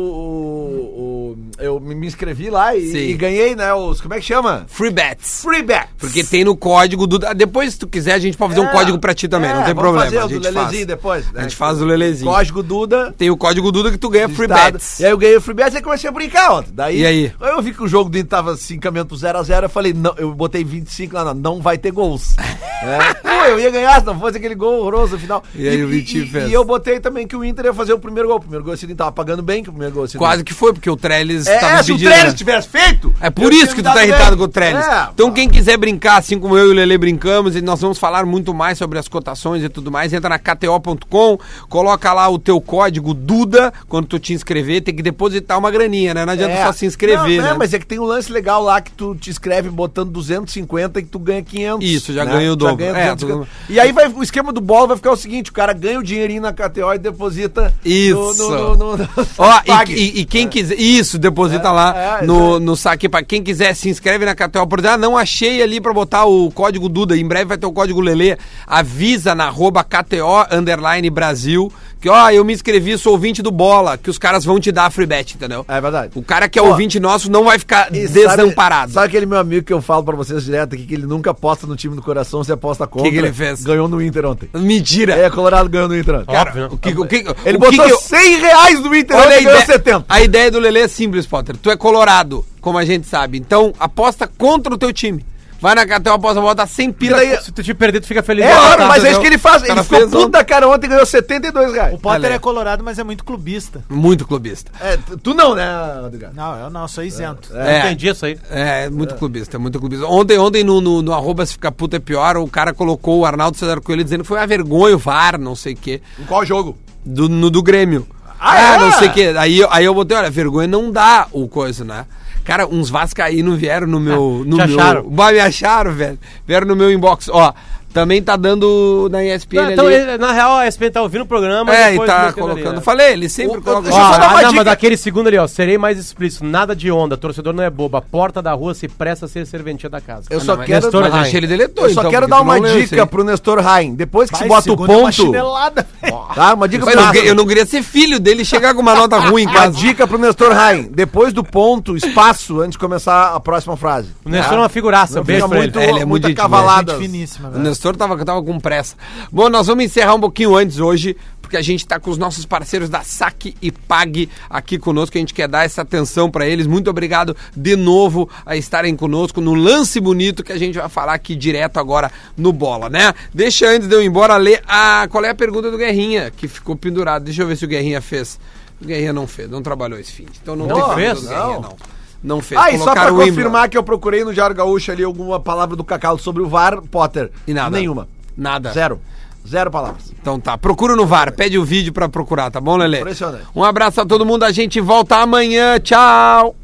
Speaker 2: o, o- Eu me me inscrevi lá e,
Speaker 1: Sim.
Speaker 2: e ganhei, né? Os. Como é que chama?
Speaker 1: Free bets.
Speaker 2: Free bet.
Speaker 1: Porque tem no código do. Depois, se tu quiser, a gente pode fazer um
Speaker 2: É,
Speaker 1: código pra ti também,
Speaker 2: é,
Speaker 1: não tem
Speaker 2: vamos
Speaker 1: problema.
Speaker 2: fazer o
Speaker 1: a
Speaker 2: do
Speaker 1: gente
Speaker 2: Lelezinho
Speaker 1: faz.
Speaker 2: depois, né?
Speaker 1: A gente faz o Lelezinho.
Speaker 2: Código Duda.
Speaker 1: Tem o código Duda que tu ganha free
Speaker 2: listado.
Speaker 1: bets.
Speaker 2: E aí eu ganhei o free bet e aí comecei a brincar ontem. Daí,
Speaker 1: E aí?
Speaker 2: eu vi que o jogo do Inter tava assim, caminhando pro zero a zero. Eu falei, não, eu botei vinte e cinco lá, não, não vai ter gols. É. Pô, eu ia ganhar se não fosse aquele gol horroroso no final.
Speaker 1: E aí o Vitinho
Speaker 2: e,
Speaker 1: fez.
Speaker 2: e eu botei também que o Inter ia fazer o primeiro gol. O primeiro gol assim, ele tava pagando bem, que o primeiro gol assim.
Speaker 1: Quase que foi, porque o Trellis
Speaker 2: É,
Speaker 1: tava
Speaker 2: é, se o
Speaker 1: pedindo,
Speaker 2: Trellis
Speaker 1: né?
Speaker 2: tivesse feito.
Speaker 1: É por
Speaker 2: eu
Speaker 1: isso
Speaker 2: tinha
Speaker 1: que
Speaker 2: me
Speaker 1: tu tá
Speaker 2: dado
Speaker 1: irritado
Speaker 2: bem.
Speaker 1: com o Trellis.
Speaker 2: É,
Speaker 1: Então
Speaker 2: pô.
Speaker 1: quem quiser brincar, assim como eu e o Lelê brincamos, e nós vamos falar muito mais sobre as cotações e tudo mais, entra na K T O ponto com, coloca lá o teu código Duda, quando tu te inscrever, tem que depositar uma graninha, né? Não adianta
Speaker 2: É.
Speaker 1: só se inscrever,
Speaker 2: não,
Speaker 1: né?
Speaker 2: não, mas é que tem um lance legal lá que tu te inscreve botando duzentos e cinquenta e que tu ganha quinhentos.
Speaker 1: Isso, já ganha o dobro.
Speaker 2: Já ganha
Speaker 1: É,
Speaker 2: duzentos e cinquenta.
Speaker 1: tu-
Speaker 2: E aí vai, o esquema do bola vai ficar o seguinte, o cara ganha o dinheirinho na K T O e deposita
Speaker 1: Isso.
Speaker 2: no... no, no, no
Speaker 1: Ó,
Speaker 2: pague.
Speaker 1: e, e- e quem quiser. Isso, deposita
Speaker 2: É,
Speaker 1: lá
Speaker 2: é,
Speaker 1: no,
Speaker 2: isso
Speaker 1: no saque. Pra quem quiser, se inscreve na K T O. Por exemplo, ah, não achei ali pra botar o código Duda. Em breve vai ter o código Lelê. Avisa na arroba K T O underline Brasil. Que ó, eu me inscrevi, sou ouvinte do Bola. Que os caras vão te dar a free bet, entendeu?
Speaker 2: É verdade.
Speaker 1: O cara que é
Speaker 2: Ó,
Speaker 1: ouvinte nosso não vai ficar
Speaker 2: E
Speaker 1: desamparado.
Speaker 2: Sabe, sabe aquele meu amigo que eu falo pra vocês direto aqui, que ele nunca aposta no time do coração, você aposta contra.
Speaker 1: que ele fez?
Speaker 2: Ganhou no Inter ontem.
Speaker 1: Mentira!
Speaker 2: É, Colorado ganhou no Inter ontem.
Speaker 4: Óbvio, né?
Speaker 1: O que, o que,
Speaker 2: Ele
Speaker 1: o
Speaker 2: botou
Speaker 1: que que eu-
Speaker 2: cem reais no Inter
Speaker 1: Olha a
Speaker 2: ontem e ganhou
Speaker 1: ideia,
Speaker 2: setenta.
Speaker 1: a ideia do Lelê é simples, Potter. Tu é colorado, como a gente sabe. Então, aposta contra o teu time. Vai na K T O, aposta, bota cem pila.
Speaker 2: E daí-
Speaker 4: Se tu te perder, tu fica feliz.
Speaker 2: É,
Speaker 4: Ah,
Speaker 2: claro,
Speaker 4: tá,
Speaker 2: mas é
Speaker 4: entendeu?
Speaker 2: isso que ele faz.
Speaker 1: O cara
Speaker 2: Ele ficou
Speaker 1: fez
Speaker 2: puto
Speaker 1: ontem.
Speaker 2: da cara ontem e ganhou setenta e dois reais.
Speaker 3: O Potter
Speaker 1: Olha.
Speaker 3: é colorado, mas é muito clubista.
Speaker 1: Muito clubista.
Speaker 2: É, t- tu não, né, Rodrigo?
Speaker 3: Não, eu não, sou isento.
Speaker 1: É.
Speaker 4: Entendi isso aí.
Speaker 1: É, muito clubista, muito clubista. Ontem, ontem no, no, no arroba se ficar puta é pior, o cara colocou o Arnaldo César Coelho dizendo que foi uma vergonha o V A R, não sei o quê,
Speaker 2: Em qual jogo?
Speaker 1: do, no, do Grêmio.
Speaker 2: Ah, é?
Speaker 1: não sei o quê. Aí, eu- aí eu botei, olha, vergonha não dá o coisa, né? Cara, uns vascaínos vieram no meu... No
Speaker 4: Te
Speaker 1: meu
Speaker 4: acharam?
Speaker 1: Bah, me acharam, velho. Vieram no meu inbox. Ó, também tá dando na E S P N
Speaker 4: Não, então,
Speaker 1: ali.
Speaker 4: ele- na real, a S P N tá ouvindo o programa.
Speaker 1: É, e
Speaker 4: depois
Speaker 1: tá
Speaker 4: mexendo ali,
Speaker 1: colocando.
Speaker 4: né?
Speaker 1: Falei, ele sempre
Speaker 2: O-
Speaker 1: coloca...
Speaker 2: deixa eu só
Speaker 4: Ó,
Speaker 2: dar uma
Speaker 4: ah, não,
Speaker 2: dica.
Speaker 4: mas aquele segundo ali, ó. Serei mais explícito. Nada de onda. Torcedor não é bobo. A porta da rua se presta a ser serventia da casa.
Speaker 2: Eu
Speaker 1: Ah,
Speaker 2: só
Speaker 1: não, mas
Speaker 2: quero...
Speaker 1: Nestor, mas
Speaker 2: Rain.
Speaker 1: acho que ele deletou,
Speaker 2: Eu só
Speaker 1: então,
Speaker 2: quero
Speaker 1: porque
Speaker 2: dar
Speaker 1: tu
Speaker 2: uma
Speaker 1: não leu isso
Speaker 2: dica
Speaker 1: aí.
Speaker 2: pro Nestor Rain. Depois que se
Speaker 3: Vai,
Speaker 2: bota o
Speaker 3: segunda é uma
Speaker 2: ponto...
Speaker 3: chinelada, velho.
Speaker 2: Tá, uma dica
Speaker 1: Eu
Speaker 2: pro
Speaker 1: não,
Speaker 2: Nestor.
Speaker 1: eu não queria ser filho dele e chegar com uma nota ruim em
Speaker 2: Uma
Speaker 1: casa.
Speaker 2: dica pro Nestor Rain. Depois do ponto, espaço, antes de começar a próxima frase.
Speaker 4: O Nestor é uma figuraça.
Speaker 2: Não
Speaker 4: Beijo
Speaker 2: fica
Speaker 4: pra ele.
Speaker 2: muito,
Speaker 1: É, ele é muito
Speaker 2: muita
Speaker 1: gente boa,
Speaker 2: cavalada.
Speaker 3: Gente finíssima,
Speaker 1: O
Speaker 3: velho.
Speaker 1: Nestor tava, tava com pressa. Bom, nós vamos encerrar um pouquinho antes hoje, porque a gente tá com os nossos parceiros da Saque e Pague aqui conosco, a gente quer dar essa atenção pra eles. Muito obrigado de novo a estarem conosco no lance bonito que a gente vai falar aqui direto agora no Bola, né? Deixa antes de eu ir embora ler a... qual é a pergunta do Guerrinha, que ficou pendurado. Deixa eu ver se o Guerrinha fez. O Guerrinha não fez, não trabalhou esse fim. Então não,
Speaker 4: Não
Speaker 1: tem pergunta
Speaker 4: fez?
Speaker 1: do Guerrinha,
Speaker 2: Não.
Speaker 1: não. Não fez.
Speaker 2: Ah, e só pra
Speaker 1: Colocaram o Wimbledon.
Speaker 2: confirmar que eu procurei no Diário Gaúcho ali alguma palavra do Cacau sobre o V A R, Potter.
Speaker 1: E nada.
Speaker 2: Nenhuma.
Speaker 1: Nada.
Speaker 2: Zero. Zero palavras.
Speaker 1: Então tá, procura no V A R, pede o vídeo pra procurar, tá bom, Lelê?
Speaker 2: Impressionante.
Speaker 1: Um abraço a todo mundo, a gente volta amanhã, tchau!